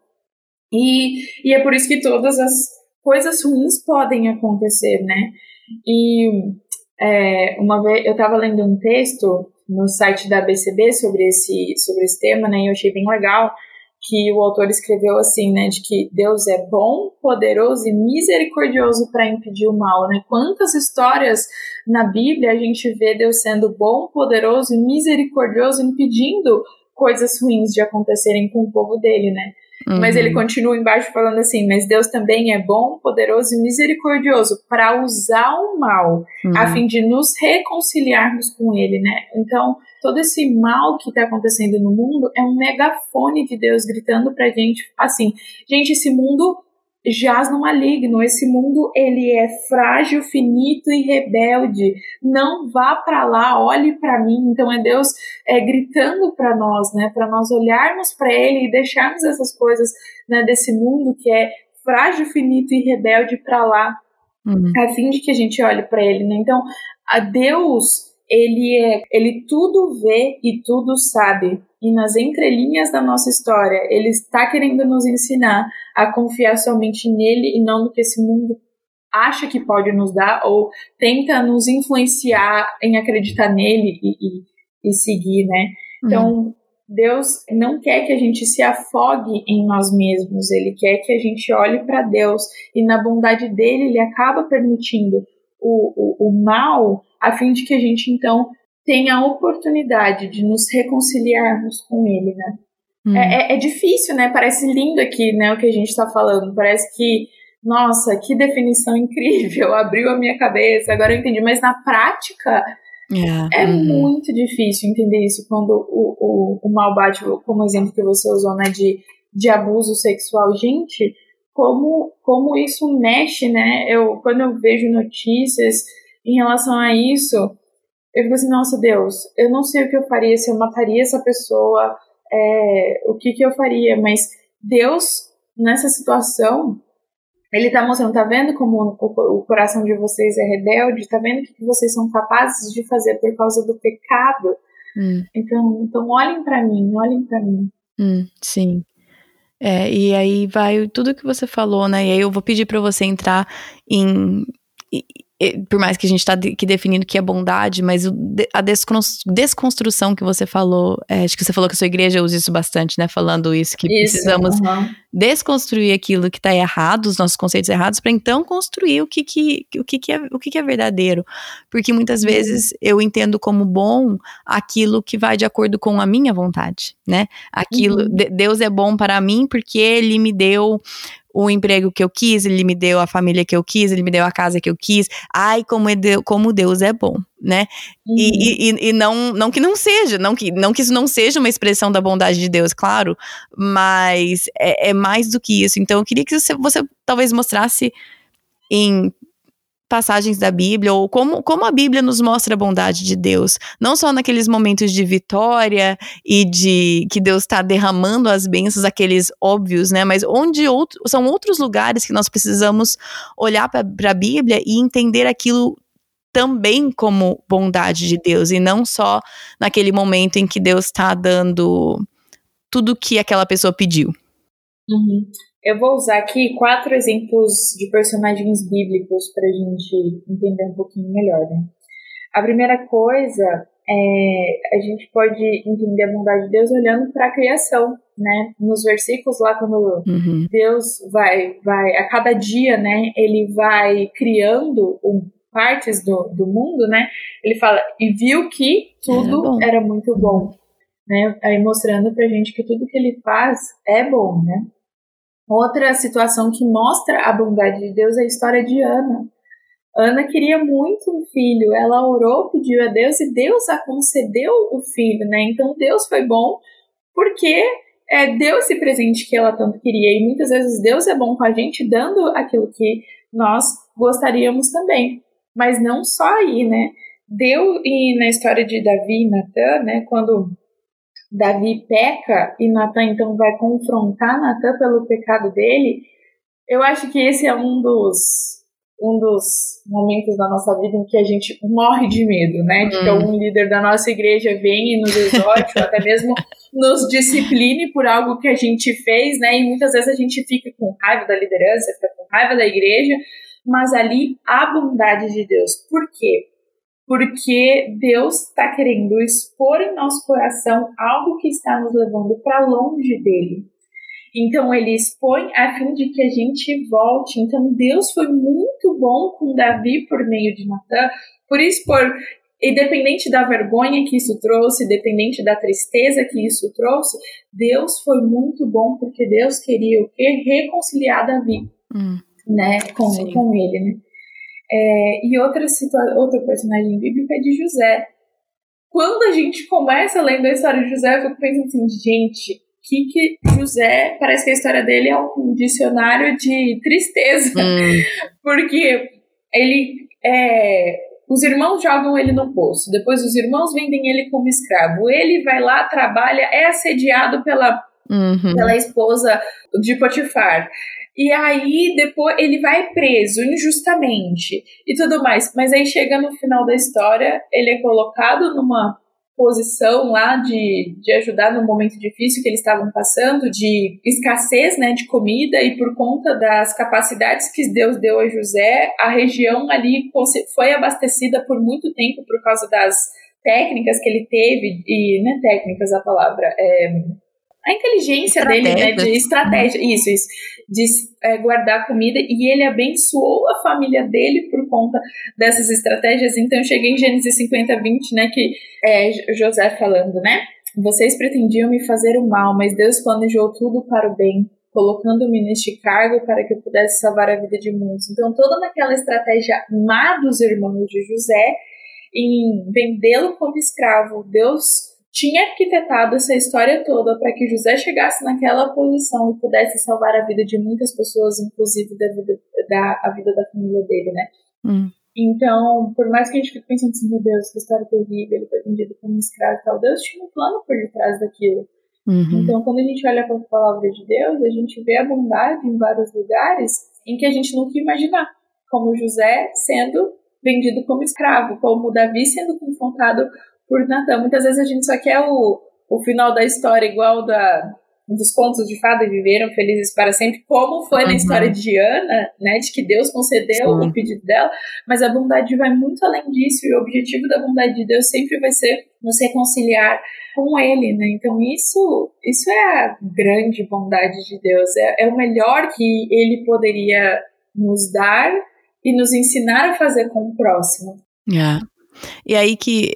E, e é por isso que todas as coisas ruins podem acontecer, né? E é, uma vez eu estava lendo um texto no site da A B C B sobre esse, sobre esse tema, né? E eu achei bem legal que o autor escreveu assim, né, de que Deus é bom, poderoso e misericordioso para impedir o mal, né? Quantas histórias na Bíblia a gente vê Deus sendo bom, poderoso e misericordioso, impedindo coisas ruins de acontecerem com o povo dele, né? Uhum. Mas ele continua embaixo falando assim, mas Deus também é bom, poderoso e misericordioso para usar o mal, uhum. a fim de nos reconciliarmos com ele, né? Então, todo esse mal que está acontecendo no mundo é um megafone de Deus gritando pra gente, assim, gente, esse mundo jaz no maligno, esse mundo, ele é frágil, finito e rebelde, não vá pra lá, olhe pra mim. Então é Deus é, gritando pra nós, né, pra nós olharmos pra ele e deixarmos essas coisas, né, desse mundo que é frágil, finito e rebelde pra lá, uhum. a fim de que a gente olhe pra ele, né. Então, a Deus, ele, é, ele tudo vê e tudo sabe. E nas entrelinhas da nossa história, ele está querendo nos ensinar a confiar somente nele e não no que esse mundo acha que pode nos dar ou tenta nos influenciar em acreditar nele e, e, e seguir, né? Então, uhum. Deus não quer que a gente se afogue em nós mesmos, ele quer que a gente olhe para Deus e na bondade dele, ele acaba permitindo o, o, o mal a fim de que a gente, então, tenha a oportunidade de nos reconciliarmos com ele, né? Hum. É, é, é difícil, né? Parece lindo aqui, né, o que a gente está falando. Parece que, nossa, que definição incrível, abriu a minha cabeça, agora eu entendi. Mas na prática, yeah. é uhum. muito difícil entender isso quando o, o, o mal bate, como exemplo que você usou, né, de, de abuso sexual. Gente, como, como isso mexe, né? Eu, quando eu vejo notícias em relação a isso, eu fico assim, nossa Deus, eu não sei o que eu faria, se eu mataria essa pessoa, é, o que que eu faria, mas Deus, nessa situação, Ele tá mostrando, tá vendo como o, o coração de vocês é rebelde? Tá vendo o que vocês são capazes de fazer por causa do pecado? Hum. Então, então olhem pra mim, olhem pra mim. Hum, sim. É, e aí vai tudo que você falou, né? E aí eu vou pedir pra você entrar em... E, e, por mais que a gente tá de, que definindo o que é bondade, mas o, a desconstrução que você falou, é, acho que você falou que a sua igreja usa isso bastante, né? Falando isso, que isso, precisamos uh-huh. desconstruir aquilo que tá errado, os nossos conceitos errados, para então construir o que que, o que, que, é, o que, que é verdadeiro. Porque muitas uhum. vezes eu entendo como bom aquilo que vai de acordo com a minha vontade, né? Aquilo, uhum. de, Deus é bom para mim porque Ele me deu o emprego que eu quis, Ele me deu a família que eu quis, Ele me deu a casa que eu quis. Ai, como, é de, como Deus é bom, né? Uhum. E, e, e não, não que não seja, não que, não que isso não seja uma expressão da bondade de Deus, claro, mas é, é mais do que isso. Então eu queria que você, você talvez mostrasse em passagens da Bíblia, ou como, como a Bíblia nos mostra a bondade de Deus, não só naqueles momentos de vitória e de que Deus está derramando as bênçãos, aqueles óbvios, né, mas onde outro, são outros lugares que nós precisamos olhar para a Bíblia e entender aquilo também como bondade de Deus, e não só naquele momento em que Deus está dando tudo que aquela pessoa pediu. Uhum. Eu vou usar aqui quatro exemplos de personagens bíblicos para a gente entender um pouquinho melhor, né? A primeira coisa é a gente pode entender a bondade de Deus olhando para a criação, né? Nos versículos lá, quando uhum. Deus vai, vai, a cada dia, né? Ele vai criando um, partes do, do mundo, né? Ele fala, e viu que tudo era, era muito bom, né? Aí mostrando pra gente que tudo que ele faz é bom, né? Outra situação que mostra a bondade de Deus é a história de Ana. Ana queria muito um filho, ela orou, pediu a Deus e Deus a concedeu o filho, né? Então Deus foi bom porque é, deu esse presente que ela tanto queria, e muitas vezes Deus é bom com a gente dando aquilo que nós gostaríamos também. Mas não só aí, né? Deu e na história de Davi e Natã, né? Quando Davi peca e Natã então vai confrontar Natã pelo pecado dele, eu acho que esse é um dos, um dos momentos da nossa vida em que a gente morre de medo, né? Hum. De que algum líder da nossa igreja venha e nos exorte, ou até mesmo nos discipline por algo que a gente fez, né? E muitas vezes a gente fica com raiva da liderança, fica com raiva da igreja, mas ali a bondade de Deus. Por quê? Porque Deus está querendo expor em nosso coração algo que está nos levando para longe dele. Então ele expõe a fim de que a gente volte. Então Deus foi muito bom com Davi por meio de Natã, por expor, independente da vergonha que isso trouxe, independente da tristeza que isso trouxe, Deus foi muito bom porque Deus queria o quê? Reconciliar Davi, hum, né, com, com ele, né? É, e outra, situa- outra personagem bíblica é de José. Quando a gente começa lendo a história de José, eu fico pensando assim, gente, que que José, parece que a história dele é um dicionário de tristeza, hum. porque ele, é, os irmãos jogam ele no poço, depois os irmãos vendem ele como escravo, ele vai lá, trabalha, é assediado pela, uhum. pela esposa de Potifar. E aí, depois, ele vai preso injustamente e tudo mais. Mas aí, chega no final da história, ele é colocado numa posição lá de, de ajudar num momento difícil que eles estavam passando, de escassez, né, de comida, e por conta das capacidades que Deus deu a José, a região ali foi abastecida por muito tempo por causa das técnicas que ele teve, e não é técnicas a palavra, é... a inteligência dele, né, de estratégia, uhum. isso, isso, de é, guardar comida, e ele abençoou a família dele por conta dessas estratégias. Então eu cheguei em Gênesis cinquenta, vinte, né, que é José falando, né, vocês pretendiam me fazer o mal, mas Deus planejou tudo para o bem, colocando-me neste cargo para que eu pudesse salvar a vida de muitos. Então toda naquela estratégia má dos irmãos de José, em vendê-lo como escravo, Deus tinha arquitetado essa história toda para que José chegasse naquela posição e pudesse salvar a vida de muitas pessoas, inclusive da vida da, a vida da família dele, né? Hum. Então, por mais que a gente fique pensando assim, meu Deus, que história terrível, ele foi vendido como escravo e tal, Deus tinha um plano por detrás daquilo. Uhum. Então, quando a gente olha para a palavra de Deus, a gente vê a bondade em vários lugares, em que a gente nunca ia imaginar, como José sendo vendido como escravo, como Davi sendo confrontado por Natan. Muitas vezes a gente só quer o, o final da história igual da, dos contos de fada, viveram felizes para sempre, como foi uhum. na história de Ana, né, de que Deus concedeu Sim. o pedido dela, mas a bondade vai muito além disso, e o objetivo da bondade de Deus sempre vai ser nos reconciliar com Ele, né? Então isso, isso é a grande bondade de Deus, é, é o melhor que Ele poderia nos dar e nos ensinar a fazer com o próximo. É. E aí que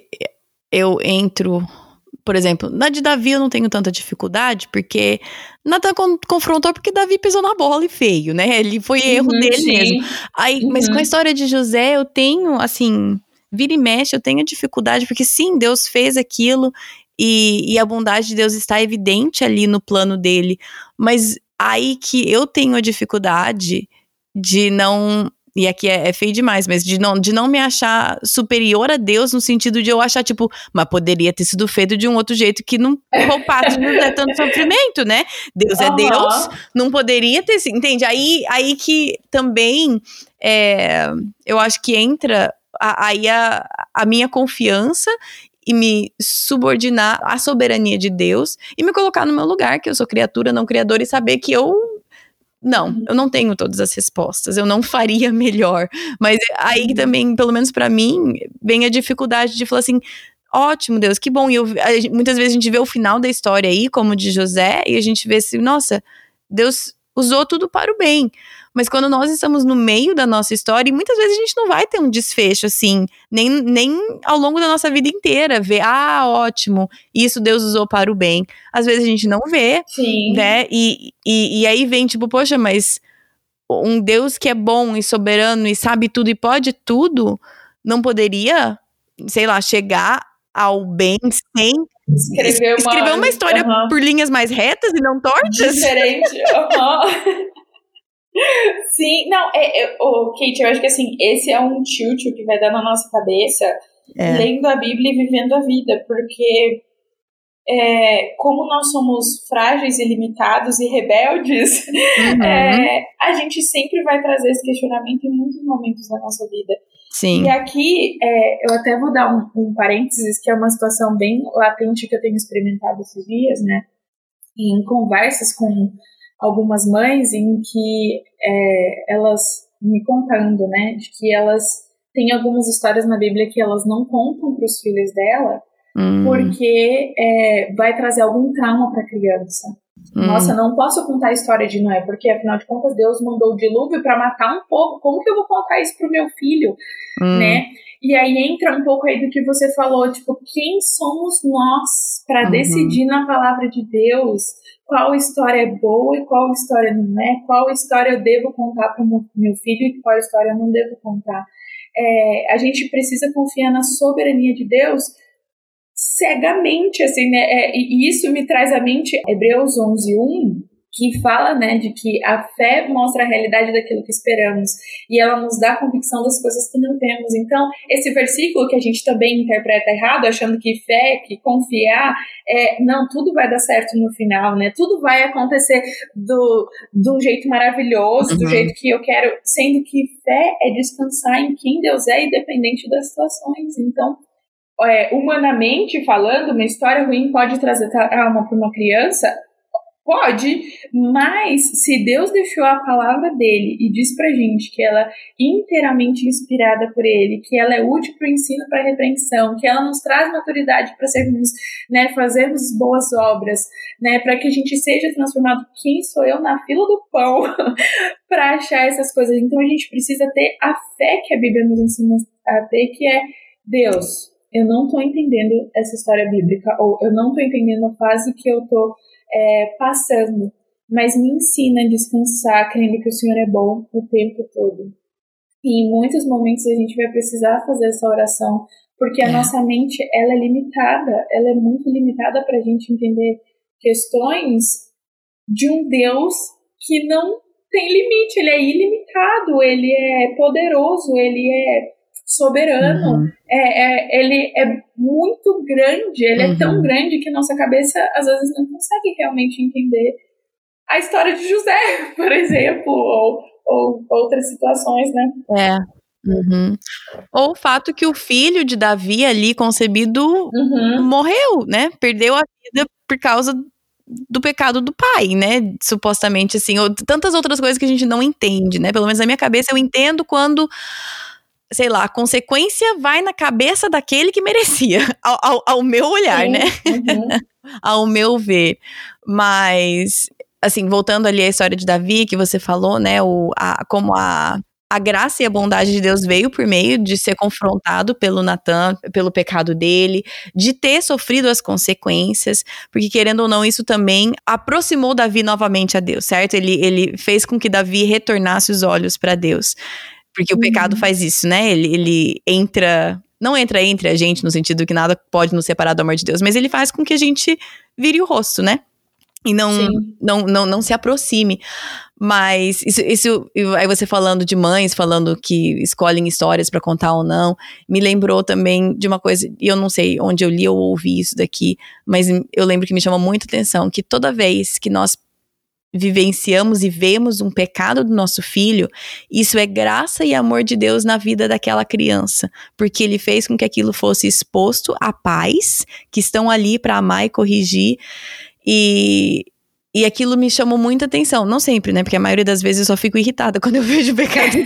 eu entro, por exemplo, na de Davi eu não tenho tanta dificuldade, porque Natan confrontou porque Davi pisou na bola e feio, né? Ele foi erro uhum, dele sim. mesmo. Aí, uhum. Mas com a história de José eu tenho, assim, vira e mexe, eu tenho dificuldade, porque sim, Deus fez aquilo e, e a bondade de Deus está evidente ali no plano dele, mas aí que eu tenho a dificuldade de não... E aqui é, é feio demais, mas de não, de não me achar superior a Deus, no sentido de eu achar, tipo, mas poderia ter sido feito de um outro jeito que não poupasse José tanto sofrimento, né? Deus uhum. é Deus, não poderia ter sido, entende? Aí, aí que também, é, eu acho que entra a, aí a, a minha confiança e me subordinar à soberania de Deus e me colocar no meu lugar, que eu sou criatura, não criadora, e saber que eu... Não, eu não tenho todas as respostas, eu não faria melhor, mas aí uhum. também, pelo menos pra mim, vem a dificuldade de falar assim, ótimo Deus, que bom, e eu, a, muitas vezes a gente vê o final da história aí, como de José, e a gente vê assim, nossa, Deus usou tudo para o bem, mas quando nós estamos no meio da nossa história, e muitas vezes a gente não vai ter um desfecho assim, nem, nem ao longo da nossa vida inteira, ver, ah, ótimo, isso Deus usou para o bem, às vezes a gente não vê, Sim. né, e, e, e aí vem tipo, poxa, mas um Deus que é bom e soberano e sabe tudo e pode tudo, não poderia, sei lá, chegar ao bem sem escrever uma, escrever uma história uh-huh. por linhas mais retas e não tortas? Diferente, aham. Uh-huh. Sim, não, é, é, oh, Kate, eu acho que assim, esse é um tilt que vai dar na nossa cabeça é. lendo a Bíblia e vivendo a vida, porque é, como nós somos frágeis e limitados e rebeldes, uhum. é, a gente sempre vai trazer esse questionamento em muitos momentos da nossa vida. Sim. E aqui, é, eu até vou dar um, um parênteses, que é uma situação bem latente que eu tenho experimentado esses dias, né, em conversas com algumas mães em que é, elas me contando, né, de que elas têm algumas histórias na Bíblia que elas não contam para os filhos dela, hum. porque é, vai trazer algum trauma para a criança. Hum. Nossa, não posso contar a história de Noé, porque afinal de contas Deus mandou o dilúvio para matar um povo, como que eu vou contar isso pro meu filho, hum. né? E aí entra um pouco aí do que você falou, tipo, quem somos nós para uhum. decidir na palavra de Deus qual história é boa e qual história não é, qual história eu devo contar para o meu filho e qual história eu não devo contar. É, a gente precisa confiar na soberania de Deus cegamente, assim, né, é, e isso me traz à mente Hebreus onze, um, que fala, né, de que a fé mostra a realidade daquilo que esperamos, e ela nos dá a convicção das coisas que não vemos. Então, esse versículo que a gente também interpreta errado, achando que fé, que confiar, é, não, tudo vai dar certo no final, né, tudo vai acontecer do, de um jeito maravilhoso, uhum. do jeito que eu quero, sendo que fé é descansar em quem Deus é, independente das situações. Então, é, humanamente falando, uma história ruim pode trazer trauma para uma criança. Pode, mas se Deus deixou a palavra dele e diz pra gente que ela é inteiramente inspirada por ele, que ela é útil para o ensino, para a repreensão, que ela nos traz maturidade para sermos, né, fazermos boas obras, né, para que a gente seja transformado, quem sou eu na fila do pão para achar essas coisas? Então a gente precisa ter a fé que a Bíblia nos ensina a ter, que é Deus, eu não estou entendendo essa história bíblica, ou eu não estou entendendo a fase que eu estou É, passando, mas me ensina a descansar, crendo que o Senhor é bom o tempo todo. E em muitos momentos a gente vai precisar fazer essa oração, porque a é. nossa mente, ela é limitada, ela é muito limitada para a gente entender questões de um Deus que não tem limite, ele é ilimitado, ele é poderoso, ele é soberano, uhum. é, é, ele é muito grande, ele uhum. é tão grande que nossa cabeça às vezes não consegue realmente entender a história de José, por exemplo, ou ou outras situações, né? É. Uhum. Ou o fato que o filho de Davi ali concebido uhum. morreu, né? Perdeu a vida por causa do pecado do pai, né? Supostamente, assim, ou tantas outras coisas que a gente não entende, né? Pelo menos na minha cabeça eu entendo quando, sei lá, a consequência vai na cabeça daquele que merecia, ao, ao, ao meu olhar, Sim. né? Uhum. Ao meu ver. Mas, assim, voltando ali à história de Davi, que você falou, né? O, a, como a... A graça e a bondade de Deus veio por meio de ser confrontado pelo Natan, pelo pecado dele, de ter sofrido as consequências, porque querendo ou não, isso também aproximou Davi novamente a Deus, certo? Ele, ele fez com que Davi retornasse os olhos para Deus, porque uhum. o pecado faz isso, né? Ele, ele entra, não entra entre a gente no sentido que nada pode nos separar do amor de Deus, mas ele faz com que a gente vire o rosto, né? E não, não, não, não se aproxime. Mas isso, isso, aí você falando de mães, falando que escolhem histórias pra contar ou não, me lembrou também de uma coisa, e eu não sei onde eu li ou ouvi isso daqui, mas eu lembro que me chamou muita atenção, que toda vez que nós vivenciamos e vemos um pecado do nosso filho, isso é graça e amor de Deus na vida daquela criança, porque ele fez com que aquilo fosse exposto a pais que estão ali pra amar e corrigir. E, e aquilo me chamou muita atenção. Não sempre, né? Porque a maioria das vezes eu só fico irritada quando eu vejo pecado.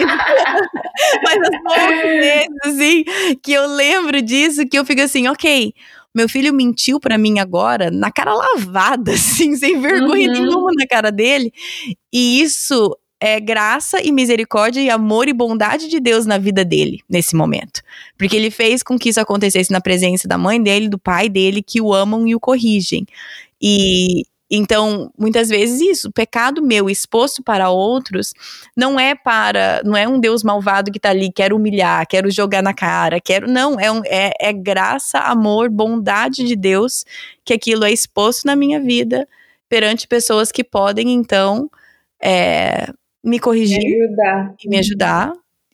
Mas as poucas vezes, assim, que eu lembro disso, que eu fico assim, ok, meu filho mentiu pra mim agora, na cara lavada, assim, sem vergonha uhum. nenhuma na cara dele. E isso é graça e misericórdia e amor e bondade de Deus na vida dele, nesse momento. Porque ele fez com que isso acontecesse na presença da mãe dele, do pai dele, que o amam e o corrigem. E então, muitas vezes isso, o pecado meu exposto para outros, não é para, não é um Deus malvado que tá ali, quero humilhar, quero jogar na cara, quero, não, é, um, é, é graça, amor, bondade de Deus, que aquilo é exposto na minha vida, perante pessoas que podem, então, é, me corrigir, me ajudar, e me ajudar,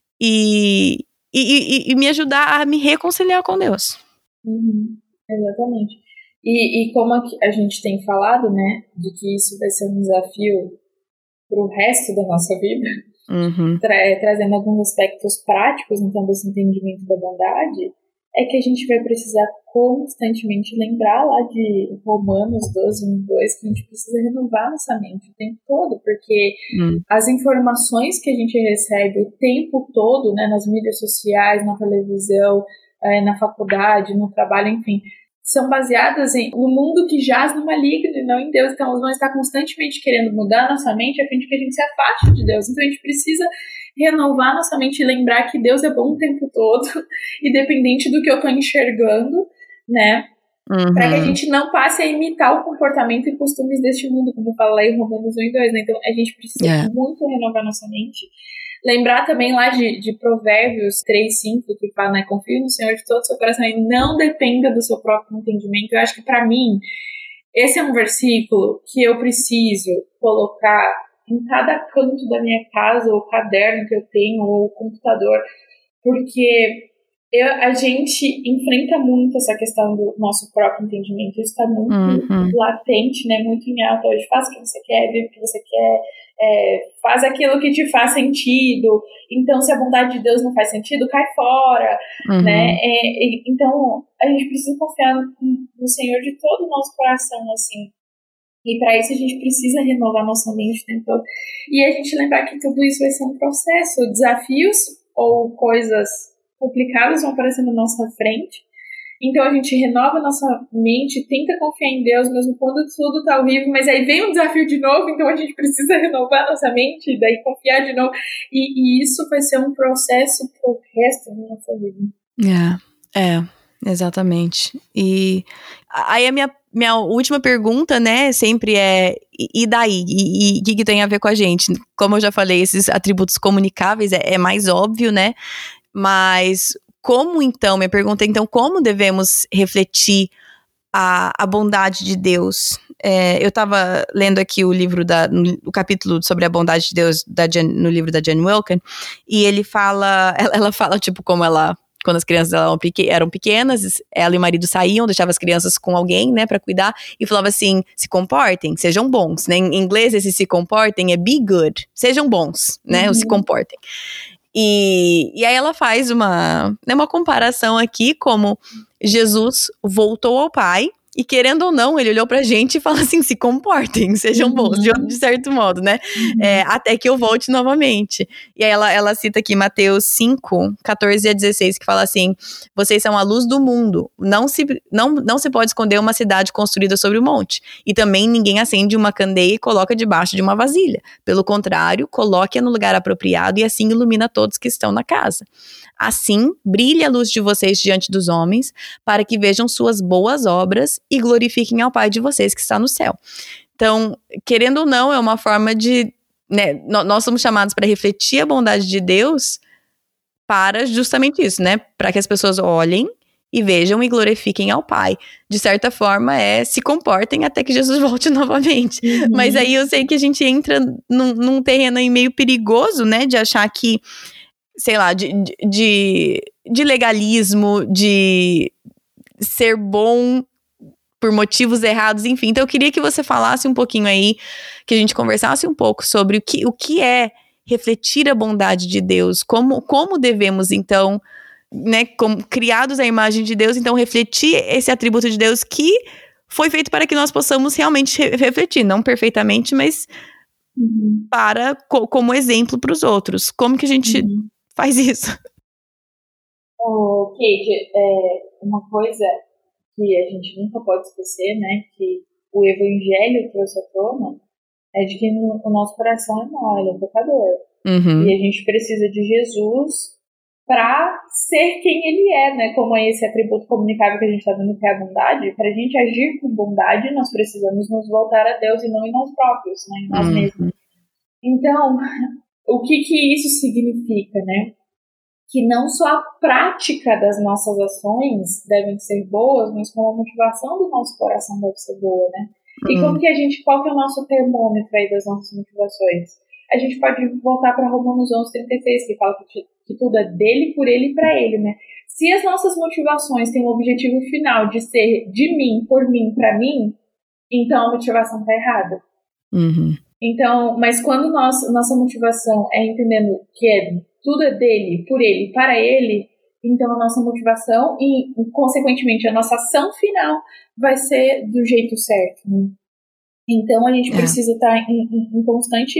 e, e, e, e me ajudar a me reconciliar com Deus. Uhum, exatamente. E, e como a gente tem falado, né, de que isso vai ser um desafio para o resto da nossa vida, uhum. tra- trazendo alguns aspectos práticos, então, desse entendimento da bondade, é que a gente vai precisar constantemente lembrar lá de Romanos doze, um, dois, que a gente precisa renovar nossa mente o tempo todo, porque uhum. as informações que a gente recebe o tempo todo, né, nas mídias sociais, na televisão, é, na faculdade, no trabalho, enfim, são baseadas em, no mundo que jaz no maligno e não em Deus. Então, nós vamos estar constantemente querendo mudar nossa mente a fim de que a gente se afaste de Deus. Então, a gente precisa renovar nossa mente e lembrar que Deus é bom o tempo todo, independente do que eu estou enxergando, né? Uhum. Para que a gente não passe a imitar o comportamento e costumes deste mundo, como fala lá em Romanos um e dois, né? Então, a gente precisa yeah. muito renovar nossa mente. Lembrar também lá de, de Provérbios três, cinco, que fala, né, confie no Senhor de todo o seu coração e não dependa do seu próprio entendimento. Eu acho que para mim, esse é um versículo que eu preciso colocar em cada canto da minha casa, ou caderno que eu tenho, ou computador, porque eu, a gente enfrenta muito essa questão do nosso próprio entendimento. Isso está muito uhum. latente, né, muito em alta hoje. Faz o que você quer, vive o que você quer, É, faz aquilo que te faz sentido. Então, se a bondade de Deus não faz sentido, cai fora, uhum. né? É, e, então, a gente precisa confiar no, no Senhor de todo o nosso coração, assim. E para isso a gente precisa renovar nossa mente o tempo todo. E a gente lembrar que tudo isso vai ser um processo. Desafios ou coisas complicadas vão aparecer na nossa frente. Então a gente renova a nossa mente, tenta confiar em Deus mesmo quando tudo tá horrível, mas aí vem um desafio de novo, então a gente precisa renovar a nossa mente e daí confiar de novo. E, e isso vai ser um processo pro resto da nossa vida. É, é, exatamente. E aí a minha, minha última pergunta, né, sempre é, e daí? E o que, que tem a ver com a gente? Como eu já falei, esses atributos comunicáveis é, é mais óbvio, né, mas... Como então, minha pergunta é então, como devemos refletir a, a bondade de Deus? É, eu estava lendo aqui o livro, da, no, o capítulo sobre a bondade de Deus da Jen, no livro da Jen Wilkin, e ele fala, ela, ela fala tipo como ela quando as crianças eram pequenas, ela e o marido saíam, deixavam as crianças com alguém, né, pra cuidar, e falava assim, se comportem, sejam bons, né, em inglês esse se comportem é be good, sejam bons, né, uhum. se comportem. E, e aí ela faz uma, né, uma comparação aqui, como Jesus voltou ao Pai, e querendo ou não, ele olhou pra gente e falou assim, se comportem, sejam uhum. bons, de, de certo modo, né? Uhum. É, até que eu volte novamente. E aí ela, ela cita aqui Mateus cinco, catorze a dezesseis, que fala assim, vocês são a luz do mundo, não se, não, não se pode esconder uma cidade construída sobre o monte. E também ninguém acende uma candeia e coloca debaixo de uma vasilha. Pelo contrário, coloque-a no lugar apropriado e assim ilumina todos que estão na casa. Assim, brilhe a luz de vocês diante dos homens, para que vejam suas boas obras e glorifiquem ao Pai de vocês que está no céu. Então, querendo ou não, é uma forma de... Né, nós somos chamados para refletir a bondade de Deus para justamente isso, né? Para que as pessoas olhem e vejam e glorifiquem ao Pai. De certa forma, é se comportem até que Jesus volte novamente. Uhum. Mas aí eu sei que a gente entra num, num terreno aí meio perigoso, né? De achar que sei lá, de, de, de legalismo, de ser bom por motivos errados, enfim. Então eu queria que você falasse um pouquinho aí, que a gente conversasse um pouco sobre o que, o que é refletir a bondade de Deus, como, como devemos, então, né, como criados à imagem de Deus, então refletir esse atributo de Deus que foi feito para que nós possamos realmente re- refletir, não perfeitamente, mas uhum. para, co- como exemplo para os outros. Como que a gente... Uhum. faz isso? Oh, Kate, é uma coisa que a gente nunca pode esquecer, né, que o Evangelho trouxe à tona, é de que no, o nosso coração é mau, ele é pecador. Uhum. E a gente precisa de Jesus para ser quem ele é, né, como é esse atributo comunicável que a gente está vendo que é a bondade. Para a gente agir com bondade, nós precisamos nos voltar a Deus e não em nós próprios, né, em nós uhum. mesmos. Então, o que que isso significa, né? Que não só a prática das nossas ações devem ser boas, mas como a motivação do nosso coração deve ser boa, né? E como que a gente, qual que é o nosso termômetro aí das nossas motivações? A gente pode voltar para Romanos onze, trinta e seis, que fala que, que tudo é dele, por ele e para ele, né? Se as nossas motivações têm o objetivo final de ser de mim, por mim, para mim, então a motivação está errada. Uhum. Então, mas quando nós, nossa motivação é entendendo que é, tudo é dele, por ele, para ele, então a nossa motivação e, consequentemente, a nossa ação final vai ser do jeito certo. Né? Então, a gente é. precisa estar em, em, em constante...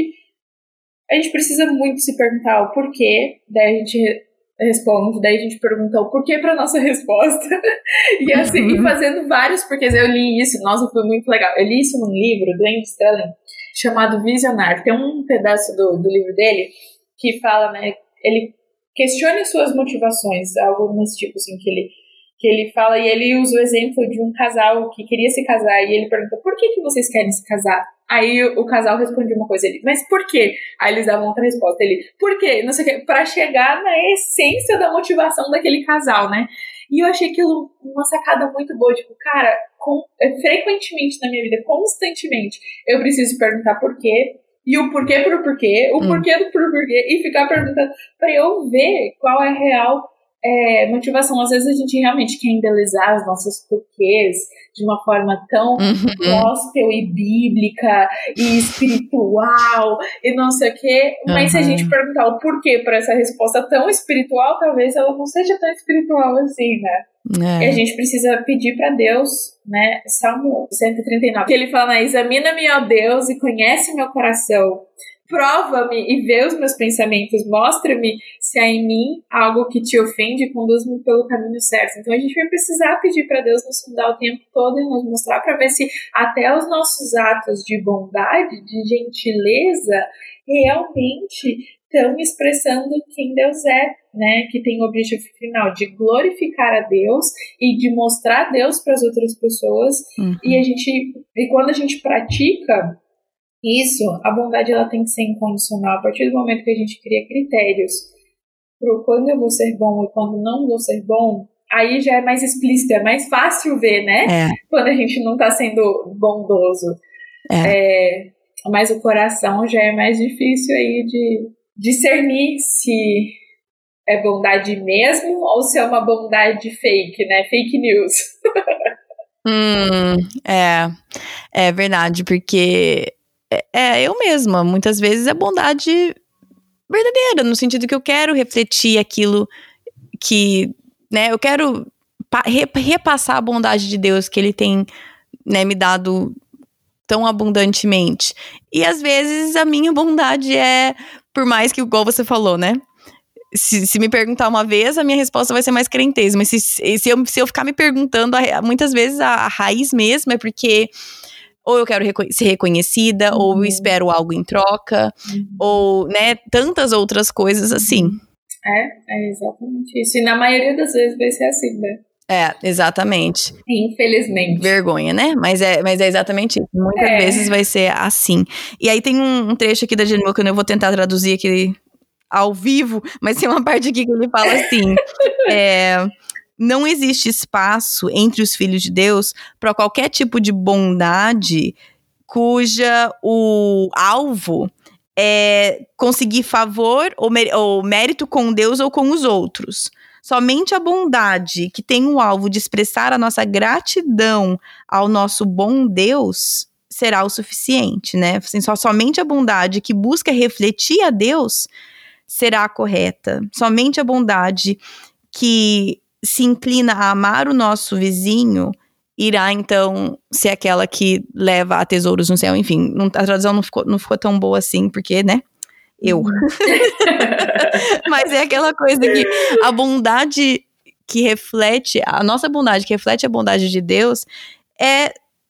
A gente precisa muito se perguntar o porquê, daí a gente responde, daí a gente pergunta o porquê para nossa resposta. E assim, uhum. fazendo vários porquês. Eu li isso, nossa, foi muito legal. Eu li isso num livro do Andy Stanley, chamado Visionário. Tem um pedaço do, do livro dele que fala, né, ele questione suas motivações, algo nesse tipo, assim, que ele, que ele fala, e ele usa o exemplo de um casal que queria se casar, e ele pergunta, por que que vocês querem se casar? Aí o, o casal respondia uma coisa, ele, mas por quê? Aí eles davam outra resposta, ele, por quê? Não sei o quê, pra chegar na essência da motivação daquele casal, né? E eu achei aquilo uma sacada muito boa, tipo, cara, com, frequentemente na minha vida, constantemente, eu preciso perguntar por quê, e o porquê pro porquê, o hum. porquê do pro porquê, e ficar perguntando pra eu ver qual é a real é, motivação. Às vezes a gente realmente quer embelezar as nossas porquês de uma forma tão uhum. gospel e bíblica e espiritual e não sei o quê, mas uhum. se a gente perguntar o porquê para essa resposta tão espiritual, talvez ela não seja tão espiritual assim, né? É. E a gente precisa pedir para Deus, né? Salmo cento e trinta e nove, que ele fala, né? Examina-me, ó Deus, e conhece meu coração. Prova-me e vê os meus pensamentos. Mostra-me se há em mim algo que te ofende e conduz-me pelo caminho certo. Então a gente vai precisar pedir para Deus nos fundar o tempo todo e nos mostrar para ver se até os nossos atos de bondade, de gentileza, realmente estão expressando quem Deus é, né? Que tem o objetivo final de glorificar a Deus e de mostrar Deus para as outras pessoas. Uhum. E a gente, e quando a gente pratica isso, a bondade ela tem que ser incondicional. A partir do momento que a gente cria critérios para quando eu vou ser bom e quando não vou ser bom, aí já é mais explícito, é mais fácil ver, né? É. Quando a gente não está sendo bondoso. É. É, mas o coração já é mais difícil aí de discernir se é bondade mesmo ou se é uma bondade fake, né? Fake news. Hum, é, é verdade, porque é, é eu mesma, muitas vezes é bondade verdadeira, no sentido que eu quero refletir aquilo que, né, eu quero pa- re- repassar a bondade de Deus que Ele tem, né, me dado tão abundantemente. E às vezes a minha bondade é, por mais que, igual você falou, né, Se, se me perguntar uma vez, a minha resposta vai ser mais crentez. Mas se, se, eu, se eu ficar me perguntando, a, muitas vezes a, a raiz mesmo é porque ou eu quero reco- ser reconhecida, uhum. ou eu espero algo em troca, uhum. ou, né, tantas outras coisas assim. É, é exatamente isso. E na maioria das vezes vai ser assim, né? É, exatamente. Infelizmente. Vergonha, né? Mas é, mas é exatamente isso. Muitas é. vezes vai ser assim. E aí tem um, um trecho aqui da Jenny Wilkin, eu vou tentar traduzir aqui ao vivo, mas tem uma parte aqui que ele fala assim, é, não existe espaço entre os filhos de Deus para qualquer tipo de bondade cuja o alvo é conseguir favor ou, ou mérito com Deus ou com os outros. Somente a bondade que tem o alvo de expressar a nossa gratidão ao nosso bom Deus será o suficiente, né? Assim, só, somente a bondade que busca refletir a Deus será correta. Somente a bondade que se inclina a amar o nosso vizinho irá, então, ser aquela que leva a tesouros no céu. Enfim, não, a tradução não ficou, não ficou tão boa assim, porque, né? Eu. Uhum. Mas é aquela coisa que a bondade que reflete, a nossa bondade que reflete a bondade de Deus, é,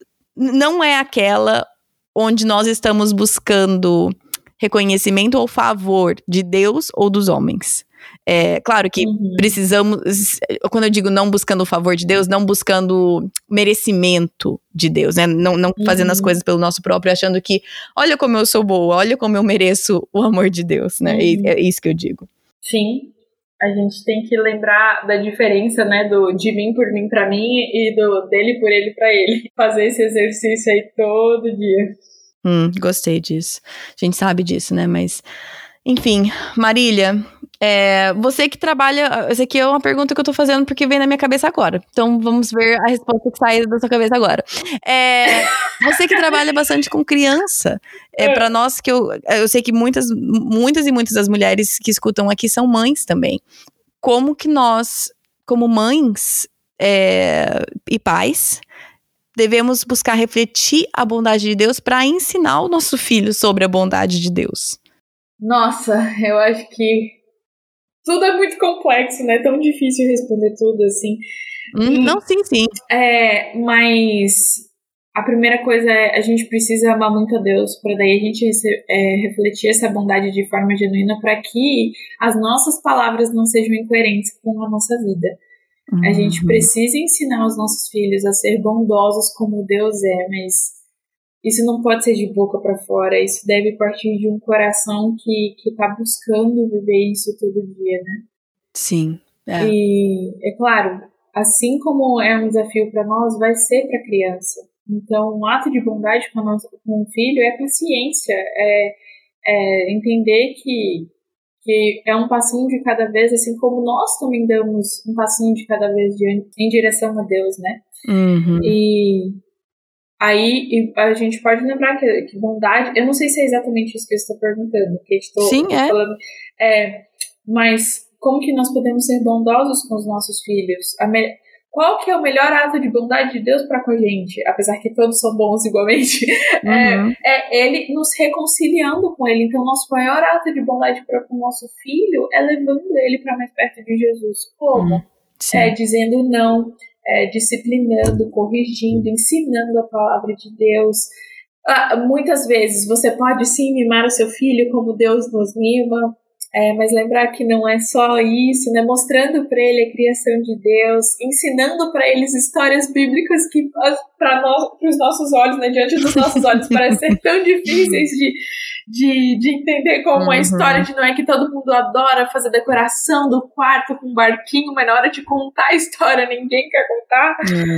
não é aquela onde nós estamos buscando reconhecimento ou favor de Deus ou dos homens. É claro que uhum. precisamos, quando eu digo não buscando o favor de Deus, não buscando merecimento de Deus, né? Não, não uhum. fazendo as coisas pelo nosso próprio, achando que, olha como eu sou boa, olha como eu mereço o amor de Deus, né? Uhum. É, é isso que eu digo. Sim, a gente tem que lembrar da diferença, né, do de mim por mim pra mim e do dele por ele pra ele. Fazer esse exercício aí todo dia. Hum, gostei disso. A gente sabe disso, né? Mas, enfim, Marília, é, você que trabalha... Essa aqui é uma pergunta que eu tô fazendo porque vem na minha cabeça agora. Então, vamos ver a resposta que sai da sua cabeça agora. É, você que trabalha bastante com criança, é, pra nós que eu... Eu sei que muitas, muitas e muitas das mulheres que escutam aqui são mães também. Como que nós, como mães é, e pais... devemos buscar refletir a bondade de Deus para ensinar o nosso filho sobre a bondade de Deus? Nossa, eu acho que tudo é muito complexo, né? É tão difícil responder tudo, assim. Hum, não, sim, sim. É, mas a primeira coisa é a gente precisa amar muito a Deus para daí a gente é, refletir essa bondade de forma genuína para que as nossas palavras não sejam incoerentes com a nossa vida. A gente precisa ensinar os nossos filhos a ser bondosos como Deus é, mas isso não pode ser de boca para fora, isso deve partir de um coração que que tá buscando viver isso todo dia, né? Sim. É. E, é claro, assim como é um desafio para nós, vai ser para a criança. Então, um ato de bondade com, nosso, com o filho é paciência, é, é entender que que é um passinho de cada vez, assim como nós também damos um passinho de cada vez de, em direção a Deus, né? Uhum. E aí a gente pode lembrar que, que bondade, eu não sei se é exatamente isso que você está perguntando, que estou, Sim, estou é. falando, é, mas como que nós podemos ser bondosos com os nossos filhos? A me, qual que é o melhor ato de bondade de Deus para com a gente? Apesar que todos são bons igualmente. Uhum. É, é ele nos reconciliando com ele. Então, nosso maior ato de bondade para com o nosso filho é levando ele para mais perto de Jesus. Como? Uhum. É, dizendo não, é, disciplinando, corrigindo, ensinando a palavra de Deus. Ah, muitas vezes você pode sim mimar o seu filho como Deus nos mima. É, mas lembrar que não é só isso, né? Mostrando para ele a criação de Deus, ensinando para eles histórias bíblicas que para nós, para os nossos olhos, né? Diante dos nossos olhos, parecem ser tão difíceis de, de, de entender como uhum. a história de Noé, que todo mundo adora fazer decoração do quarto com um barquinho, mas na hora de contar a história ninguém quer contar. Uhum.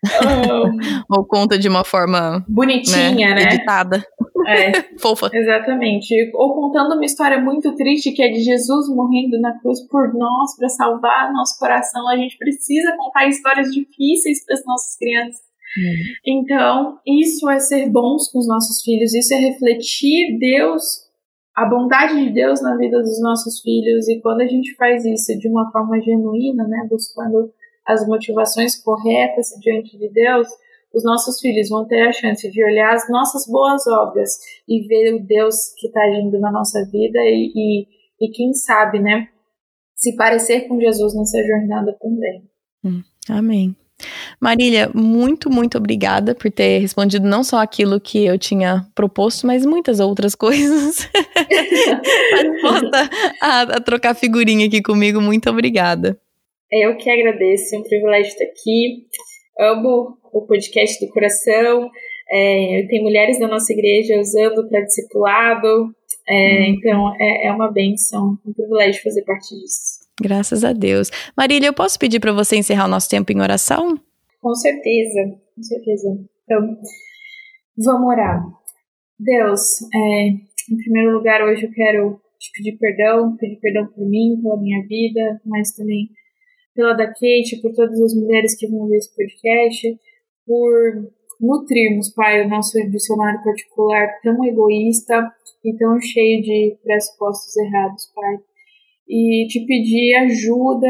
Um, Ou conta de uma forma bonitinha, né? né? Editada. É, fofa. Exatamente. Ou contando uma história muito triste, que é de Jesus morrendo na cruz por nós, para salvar nosso coração. A gente precisa contar histórias difíceis para as nossas crianças. Hum. Então, isso é ser bons com os nossos filhos, isso é refletir Deus, a bondade de Deus na vida dos nossos filhos. E quando a gente faz isso de uma forma genuína, né, buscando as motivações corretas diante de Deus, os nossos filhos vão ter a chance de olhar as nossas boas obras e ver o Deus que está agindo na nossa vida e, e, e quem sabe, né, se parecer com Jesus nessa jornada também. Hum, amém. Marília, muito, muito obrigada por ter respondido não só aquilo que eu tinha proposto, mas muitas outras coisas. Tá disposta a, a trocar figurinha aqui comigo, muito obrigada. Eu que agradeço, é um privilégio estar aqui. Amo o podcast do coração. É, tem mulheres da nossa igreja usando para discipulado. É, hum. Então, é, é uma bênção, um privilégio fazer parte disso. Graças a Deus. Marília, eu posso pedir para você encerrar o nosso tempo em oração? Com certeza, com certeza. Então, vamos orar. Deus, é, em primeiro lugar, hoje eu quero te pedir perdão, pedir perdão por mim, pela minha vida, mas também pela da Kate, por todas as mulheres que vão ver esse podcast, por nutrirmos, Pai, o nosso dicionário particular tão egoísta e tão cheio de pressupostos errados, Pai. E te pedir ajuda,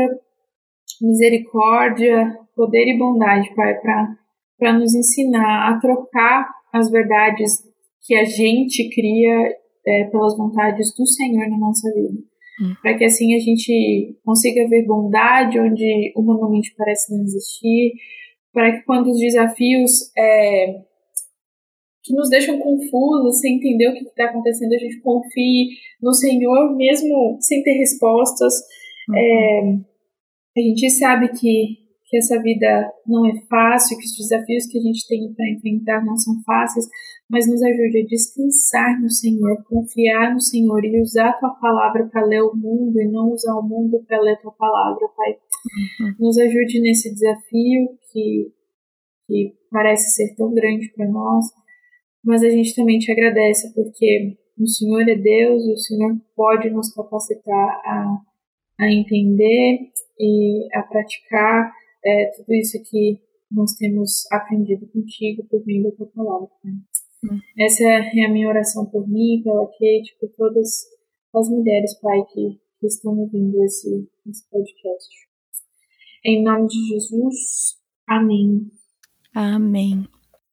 misericórdia, poder e bondade, Pai, para nos ensinar a trocar as verdades que a gente cria é, pelas vontades do Senhor na nossa vida. Hum. Para que assim a gente consiga ver bondade onde humanamente parece não existir, para que quando os desafios é, que nos deixam confusos, sem entender o que está acontecendo, a gente confie no Senhor, mesmo sem ter respostas. Uhum. É, a gente sabe que, que essa vida não é fácil, que os desafios que a gente tem para enfrentar não são fáceis, mas nos ajude a descansar no Senhor, confiar no Senhor e usar a Tua Palavra para ler o mundo e não usar o mundo para ler a Tua Palavra, Pai. Uhum. Nos ajude nesse desafio que, que parece ser tão grande para nós, mas a gente também te agradece porque o Senhor é Deus e o Senhor pode nos capacitar a, a entender e a praticar é, tudo isso que nós temos aprendido contigo por meio da Tua Palavra. Né? Hum. Essa é a minha oração por mim, pela Kate, por todas as mulheres, Pai, que, que estão ouvindo esse, esse podcast. Em nome de Jesus, amém. Amém.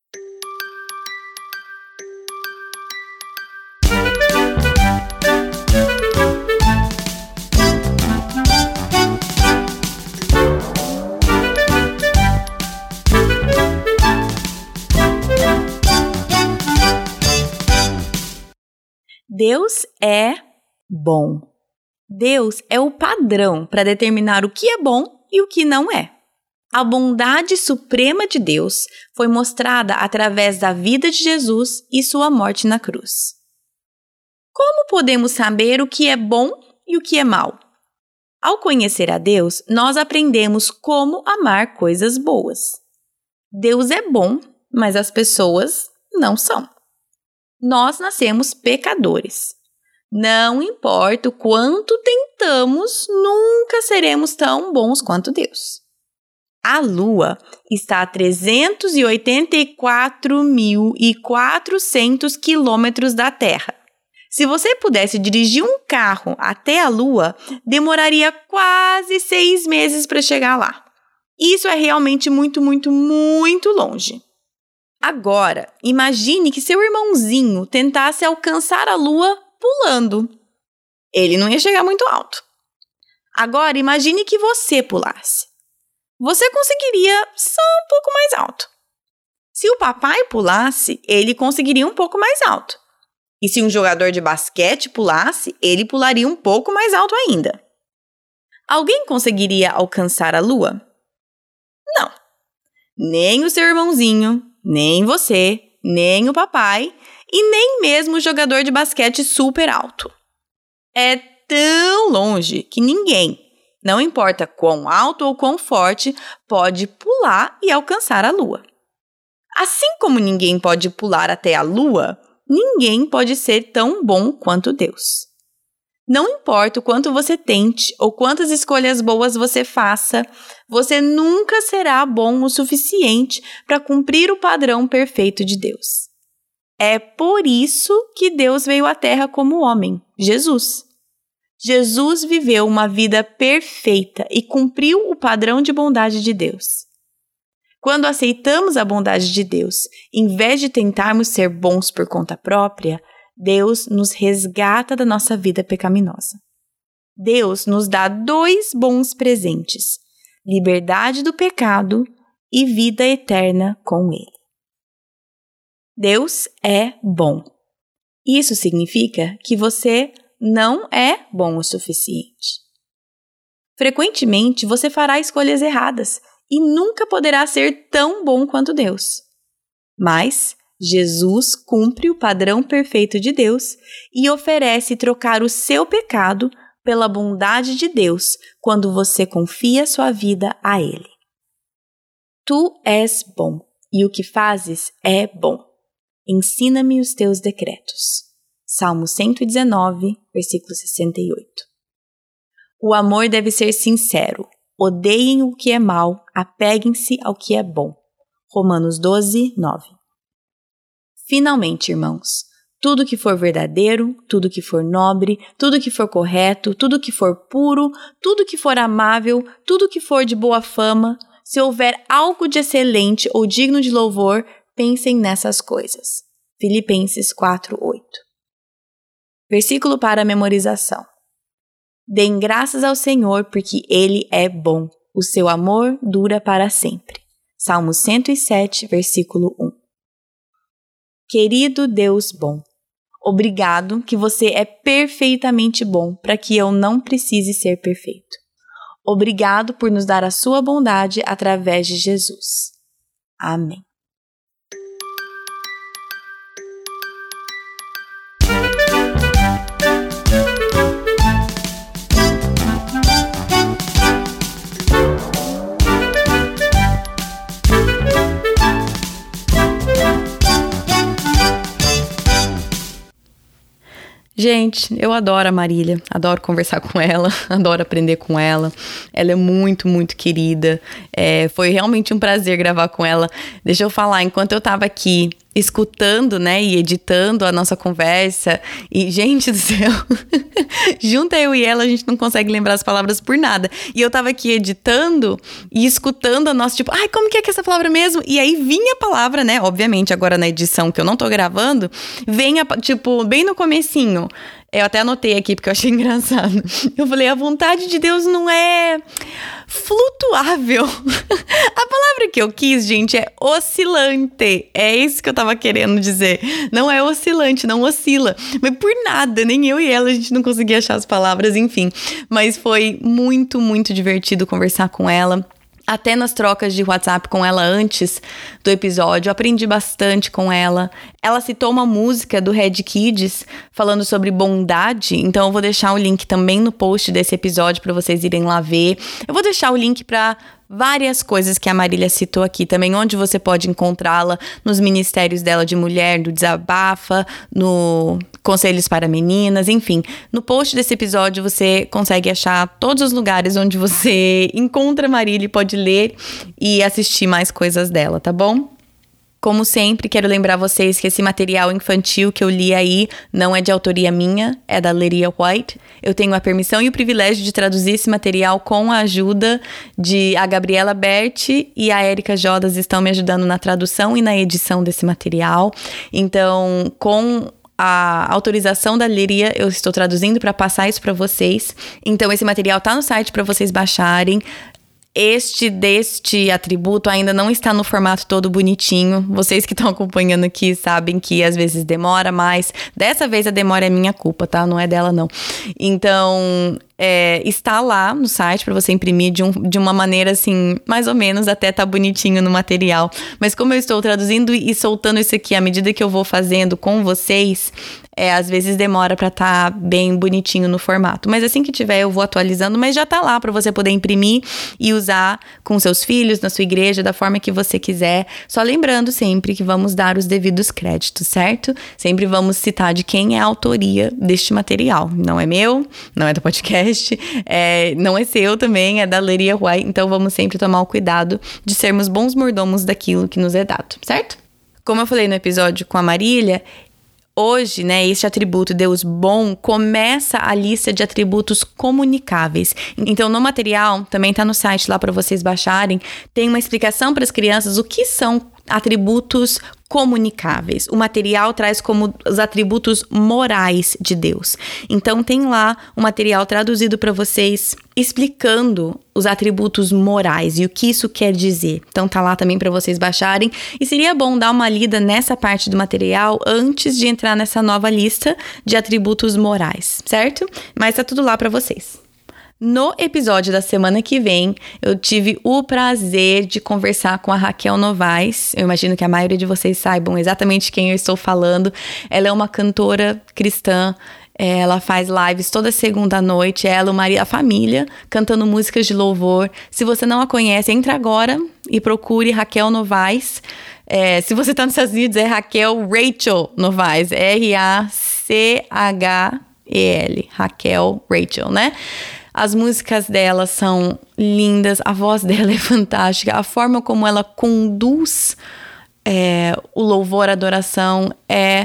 Deus é bom. Deus é o padrão para determinar o que é bom e o que não é. A bondade suprema de Deus foi mostrada através da vida de Jesus e sua morte na cruz. Como podemos saber o que é bom e o que é mal? Ao conhecer a Deus, nós aprendemos como amar coisas boas. Deus é bom, mas as pessoas não são. Nós nascemos pecadores. Não importa o quanto tentamos, nunca seremos tão bons quanto Deus. A Lua está a trezentos e oitenta e quatro mil e quatrocentos quilômetros da Terra. Se você pudesse dirigir um carro até a Lua, demoraria quase seis meses para chegar lá. Isso é realmente muito, muito, muito longe. Agora, imagine que seu irmãozinho tentasse alcançar a Lua pulando. Ele não ia chegar muito alto. Agora, imagine que você pulasse. Você conseguiria só um pouco mais alto. Se o papai pulasse, ele conseguiria um pouco mais alto. E se um jogador de basquete pulasse, ele pularia um pouco mais alto ainda. Alguém conseguiria alcançar a Lua? Não. Nem o seu irmãozinho, nem você, nem o papai e nem mesmo o jogador de basquete super alto. É tão longe que ninguém, não importa quão alto ou quão forte, pode pular e alcançar a lua. Assim como ninguém pode pular até a lua, ninguém pode ser tão bom quanto Deus. Não importa o quanto você tente ou quantas escolhas boas você faça, você nunca será bom o suficiente para cumprir o padrão perfeito de Deus. É por isso que Deus veio à Terra como homem, Jesus. Jesus viveu uma vida perfeita e cumpriu o padrão de bondade de Deus. Quando aceitamos a bondade de Deus, em vez de tentarmos ser bons por conta própria, Deus nos resgata da nossa vida pecaminosa. Deus nos dá dois bons presentes: liberdade do pecado e vida eterna com Ele. Deus é bom. Isso significa que você não é bom o suficiente. Frequentemente, você fará escolhas erradas e nunca poderá ser tão bom quanto Deus. Mas Jesus cumpre o padrão perfeito de Deus e oferece trocar o seu pecado pela bondade de Deus quando você confia sua vida a Ele. Tu és bom e o que fazes é bom. Ensina-me os teus decretos. Salmo cento e dezenove, versículo sessenta e oito. O amor deve ser sincero. Odeiem o que é mal, apeguem-se ao que é bom. Romanos doze, nove. Finalmente, irmãos, tudo que for verdadeiro, tudo que for nobre, tudo que for correto, tudo que for puro, tudo que for amável, tudo que for de boa fama, se houver algo de excelente ou digno de louvor, pensem nessas coisas. Filipenses quatro, oito. Versículo para memorização. Deem graças ao Senhor porque Ele é bom. O seu amor dura para sempre. Salmo cento e sete, versículo um. Querido Deus bom, obrigado que você é perfeitamente bom para que eu não precise ser perfeito. Obrigado por nos dar a sua bondade através de Jesus. Amém. Gente, eu adoro a Marília, adoro conversar com ela, adoro aprender com ela. Ela é muito, muito querida. É, foi realmente um prazer gravar com ela. Deixa eu falar, enquanto eu tava aqui escutando, né, e editando a nossa conversa, e, gente do céu, junta eu e ela, a gente não consegue lembrar as palavras por nada. E eu tava aqui editando e escutando a nossa, tipo, ai, como que é que é essa palavra mesmo? E aí vinha a palavra, né, obviamente, agora na edição que eu não tô gravando, vem, a, tipo, bem no comecinho. Eu até anotei aqui porque eu achei engraçado. Eu falei, a vontade de Deus não é flutuável. A palavra que eu quis, gente, é oscilante. É isso que eu tava querendo dizer. Não é oscilante, não oscila. Mas por nada, nem eu e ela, a gente não conseguia achar as palavras, enfim. Mas foi muito, muito divertido conversar com ela. Até nas trocas de WhatsApp com ela antes do episódio, eu aprendi bastante com ela. Ela citou uma música do Red Kids falando sobre bondade, então eu vou deixar o link também no post desse episódio para vocês irem lá ver. Eu vou deixar o link para várias coisas que a Marília citou aqui também, onde você pode encontrá-la nos ministérios dela de mulher, do Desabafa, no Conselhos para Meninas, enfim. No post desse episódio você consegue achar todos os lugares onde você encontra a Marília e pode ler e assistir mais coisas dela, tá bom? Como sempre, quero lembrar vocês que esse material infantil que eu li aí não é de autoria minha, é da Leria White. Eu tenho a permissão e o privilégio de traduzir esse material com a ajuda de a Gabriela Berti e a Érica Jodas estão me ajudando na tradução e na edição desse material. Então, com a autorização da Leria, eu estou traduzindo para passar isso para vocês. Então, esse material tá no site para vocês baixarem. Este deste atributo ainda não está no formato todo bonitinho. Vocês que estão acompanhando aqui sabem que às vezes demora mais. Dessa vez a demora é minha culpa, tá? Não é dela, não. Então, é, está lá no site para você imprimir de, um, de uma maneira assim, mais ou menos, até tá bonitinho no material. Mas como eu estou traduzindo e soltando isso aqui à medida que eu vou fazendo com vocês, é, às vezes demora para estar tá bem bonitinho no formato. Mas assim que tiver, eu vou atualizando, mas já tá lá para você poder imprimir e usar com seus filhos, na sua igreja, da forma que você quiser. Só lembrando sempre que vamos dar os devidos créditos, certo? Sempre vamos citar de quem é a autoria deste material. Não é meu, não é do podcast, é, não é seu também, é da Leria White. Então vamos sempre tomar o cuidado de sermos bons mordomos daquilo que nos é dado, certo? Como eu falei no episódio com a Marília, hoje, né, este atributo Deus bom começa a lista de atributos comunicáveis. Então, no material, também tá no site lá para vocês baixarem, tem uma explicação para as crianças o que são atributos comunicáveis. O material traz como os atributos morais de Deus. Então tem lá um material traduzido para vocês explicando os atributos morais e o que isso quer dizer. Então tá lá também para vocês baixarem. E seria bom dar uma lida nessa parte do material antes de entrar nessa nova lista de atributos morais, certo? Mas tá tudo lá para vocês. No episódio da semana que vem, eu tive o prazer de conversar com a Raquel Novaes. Eu imagino que a maioria de vocês saibam exatamente quem eu estou falando. Ela é uma cantora cristã. Ela faz lives toda segunda à noite. Ela, o marido, a família, cantando músicas de louvor. Se você não a conhece, entra agora e procure Raquel Novaes. É, se você está nos Estados Unidos, é Raquel Rachel Novaes. R A C H E L. Raquel Rachel, né? As músicas dela são lindas, a voz dela é fantástica, a forma como ela conduz é, o louvor, a adoração é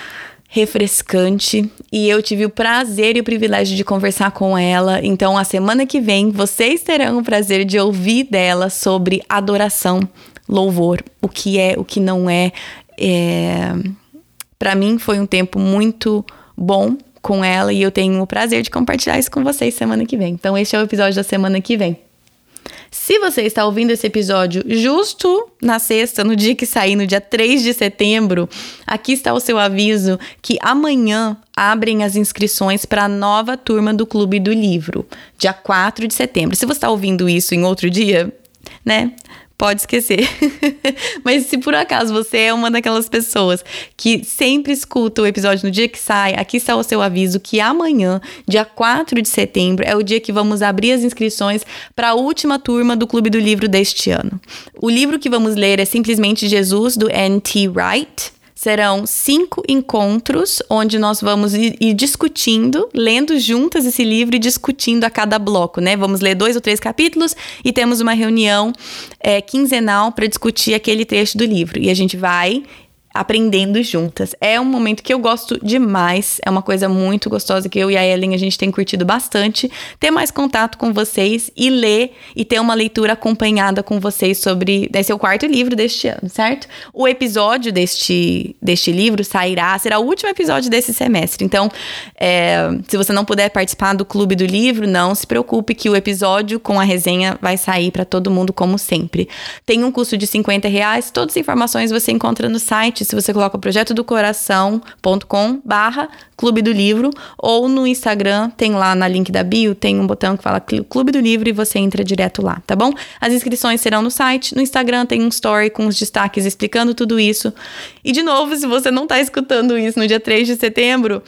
refrescante. E eu tive o prazer e o privilégio de conversar com ela. Então, a semana que vem, vocês terão o prazer de ouvir dela sobre adoração, louvor, o que é, o que não é. é... Para mim, foi um tempo muito bom com ela e eu tenho o prazer de compartilhar isso com vocês semana que vem. Então, este é o episódio da semana que vem. Se você está ouvindo esse episódio justo na sexta, no dia que sair, no dia três de setembro, aqui está o seu aviso que amanhã abrem as inscrições para a nova turma do Clube do Livro, dia quatro de setembro. Se você está ouvindo isso em outro dia, né? Pode esquecer. Mas se por acaso você é uma daquelas pessoas que sempre escuta o episódio no dia que sai, aqui está o seu aviso que amanhã, dia quatro de setembro, é o dia que vamos abrir as inscrições para a última turma do Clube do Livro deste ano. O livro que vamos ler é simplesmente Jesus, do N T Wright. Serão cinco encontros onde nós vamos ir, ir discutindo, lendo juntas esse livro e discutindo a cada bloco, né? Vamos ler dois ou três capítulos e temos uma reunião é, quinzenal para discutir aquele trecho do livro. E a gente vai aprendendo juntas. É um momento que eu gosto demais, é uma coisa muito gostosa que eu e a Ellen a gente tem curtido bastante, ter mais contato com vocês e ler e ter uma leitura acompanhada com vocês sobre, esse é o quarto livro deste ano, certo? O episódio deste, deste livro sairá, será o último episódio desse semestre, então é, se você não puder participar do Clube do Livro, não se preocupe que o episódio com a resenha vai sair para todo mundo como sempre. Tem um custo de cinquenta reais, todas as informações você encontra no site. Se você coloca projeto do coração ponto com barra Clube do Livro ou no Instagram, tem lá na link da bio, tem um botão que fala Clube do Livro e você entra direto lá, tá bom? As inscrições serão no site, no Instagram tem um story com os destaques explicando tudo isso. E de novo, se você não tá escutando isso no dia três de setembro,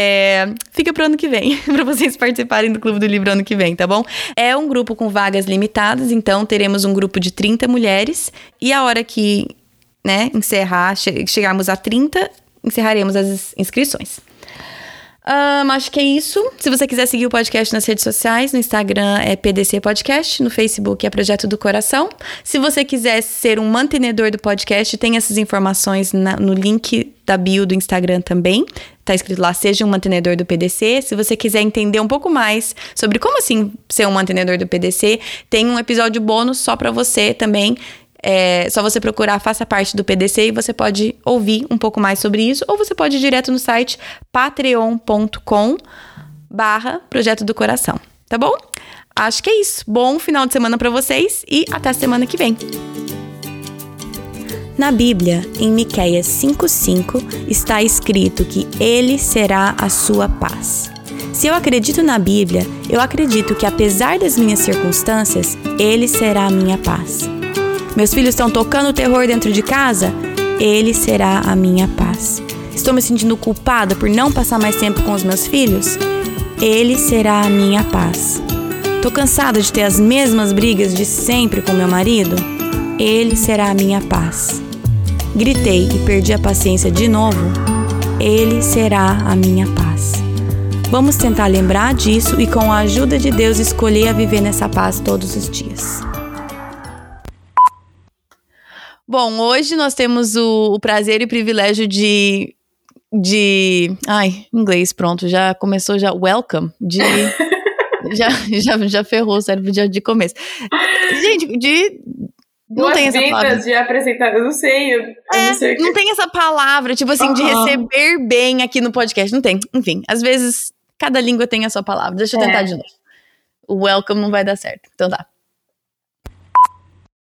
é, fica pro ano que vem, para vocês participarem do Clube do Livro ano que vem, tá bom? É um grupo com vagas limitadas, então teremos um grupo de trinta mulheres e a hora que né, encerrar, che- chegarmos a trinta, encerraremos as inscrições. Um, acho que é isso. Se você quiser seguir o podcast nas redes sociais, no Instagram é P D C Podcast, no Facebook é Projeto do Coração. Se você quiser ser um mantenedor do podcast, tem essas informações na, no link da bio do Instagram também. Tá escrito lá, seja um mantenedor do P D C. Se você quiser entender um pouco mais sobre como assim ser um mantenedor do P D C, tem um episódio bônus só pra você também. É só você procurar Faça Parte do P D C e você pode ouvir um pouco mais sobre isso, ou você pode ir direto no site patreon ponto com barra Projeto do Coração, tá bom? Acho que é isso. Bom final de semana pra vocês e até a semana que vem. Na Bíblia, em Miqueias cinco cinco, está escrito que Ele será a sua paz. Se eu acredito na Bíblia, eu acredito que apesar das minhas circunstâncias, Ele será a minha paz. Meus filhos estão tocando terror dentro de casa? Ele será a minha paz. Estou me sentindo culpada por não passar mais tempo com os meus filhos? Ele será a minha paz. Tô cansada de ter as mesmas brigas de sempre com meu marido? Ele será a minha paz. Gritei e perdi a paciência de novo? Ele será a minha paz. Vamos tentar lembrar disso e com a ajuda de Deus escolher a viver nessa paz todos os dias. Bom, hoje nós temos o, o prazer e o privilégio de... de... Ai, inglês, pronto, já começou já. Welcome. De... já, já, já ferrou o cérebro de, de começo. Gente, de... Não tem essa palavra. De apresentar, eu não sei. Eu, é, eu não, sei não tem essa palavra, tipo assim, uh-huh. de receber bem aqui no podcast. Não tem. Enfim, às vezes, cada língua tem a sua palavra. Deixa eu tentar é. de novo. O welcome não vai dar certo. Então tá.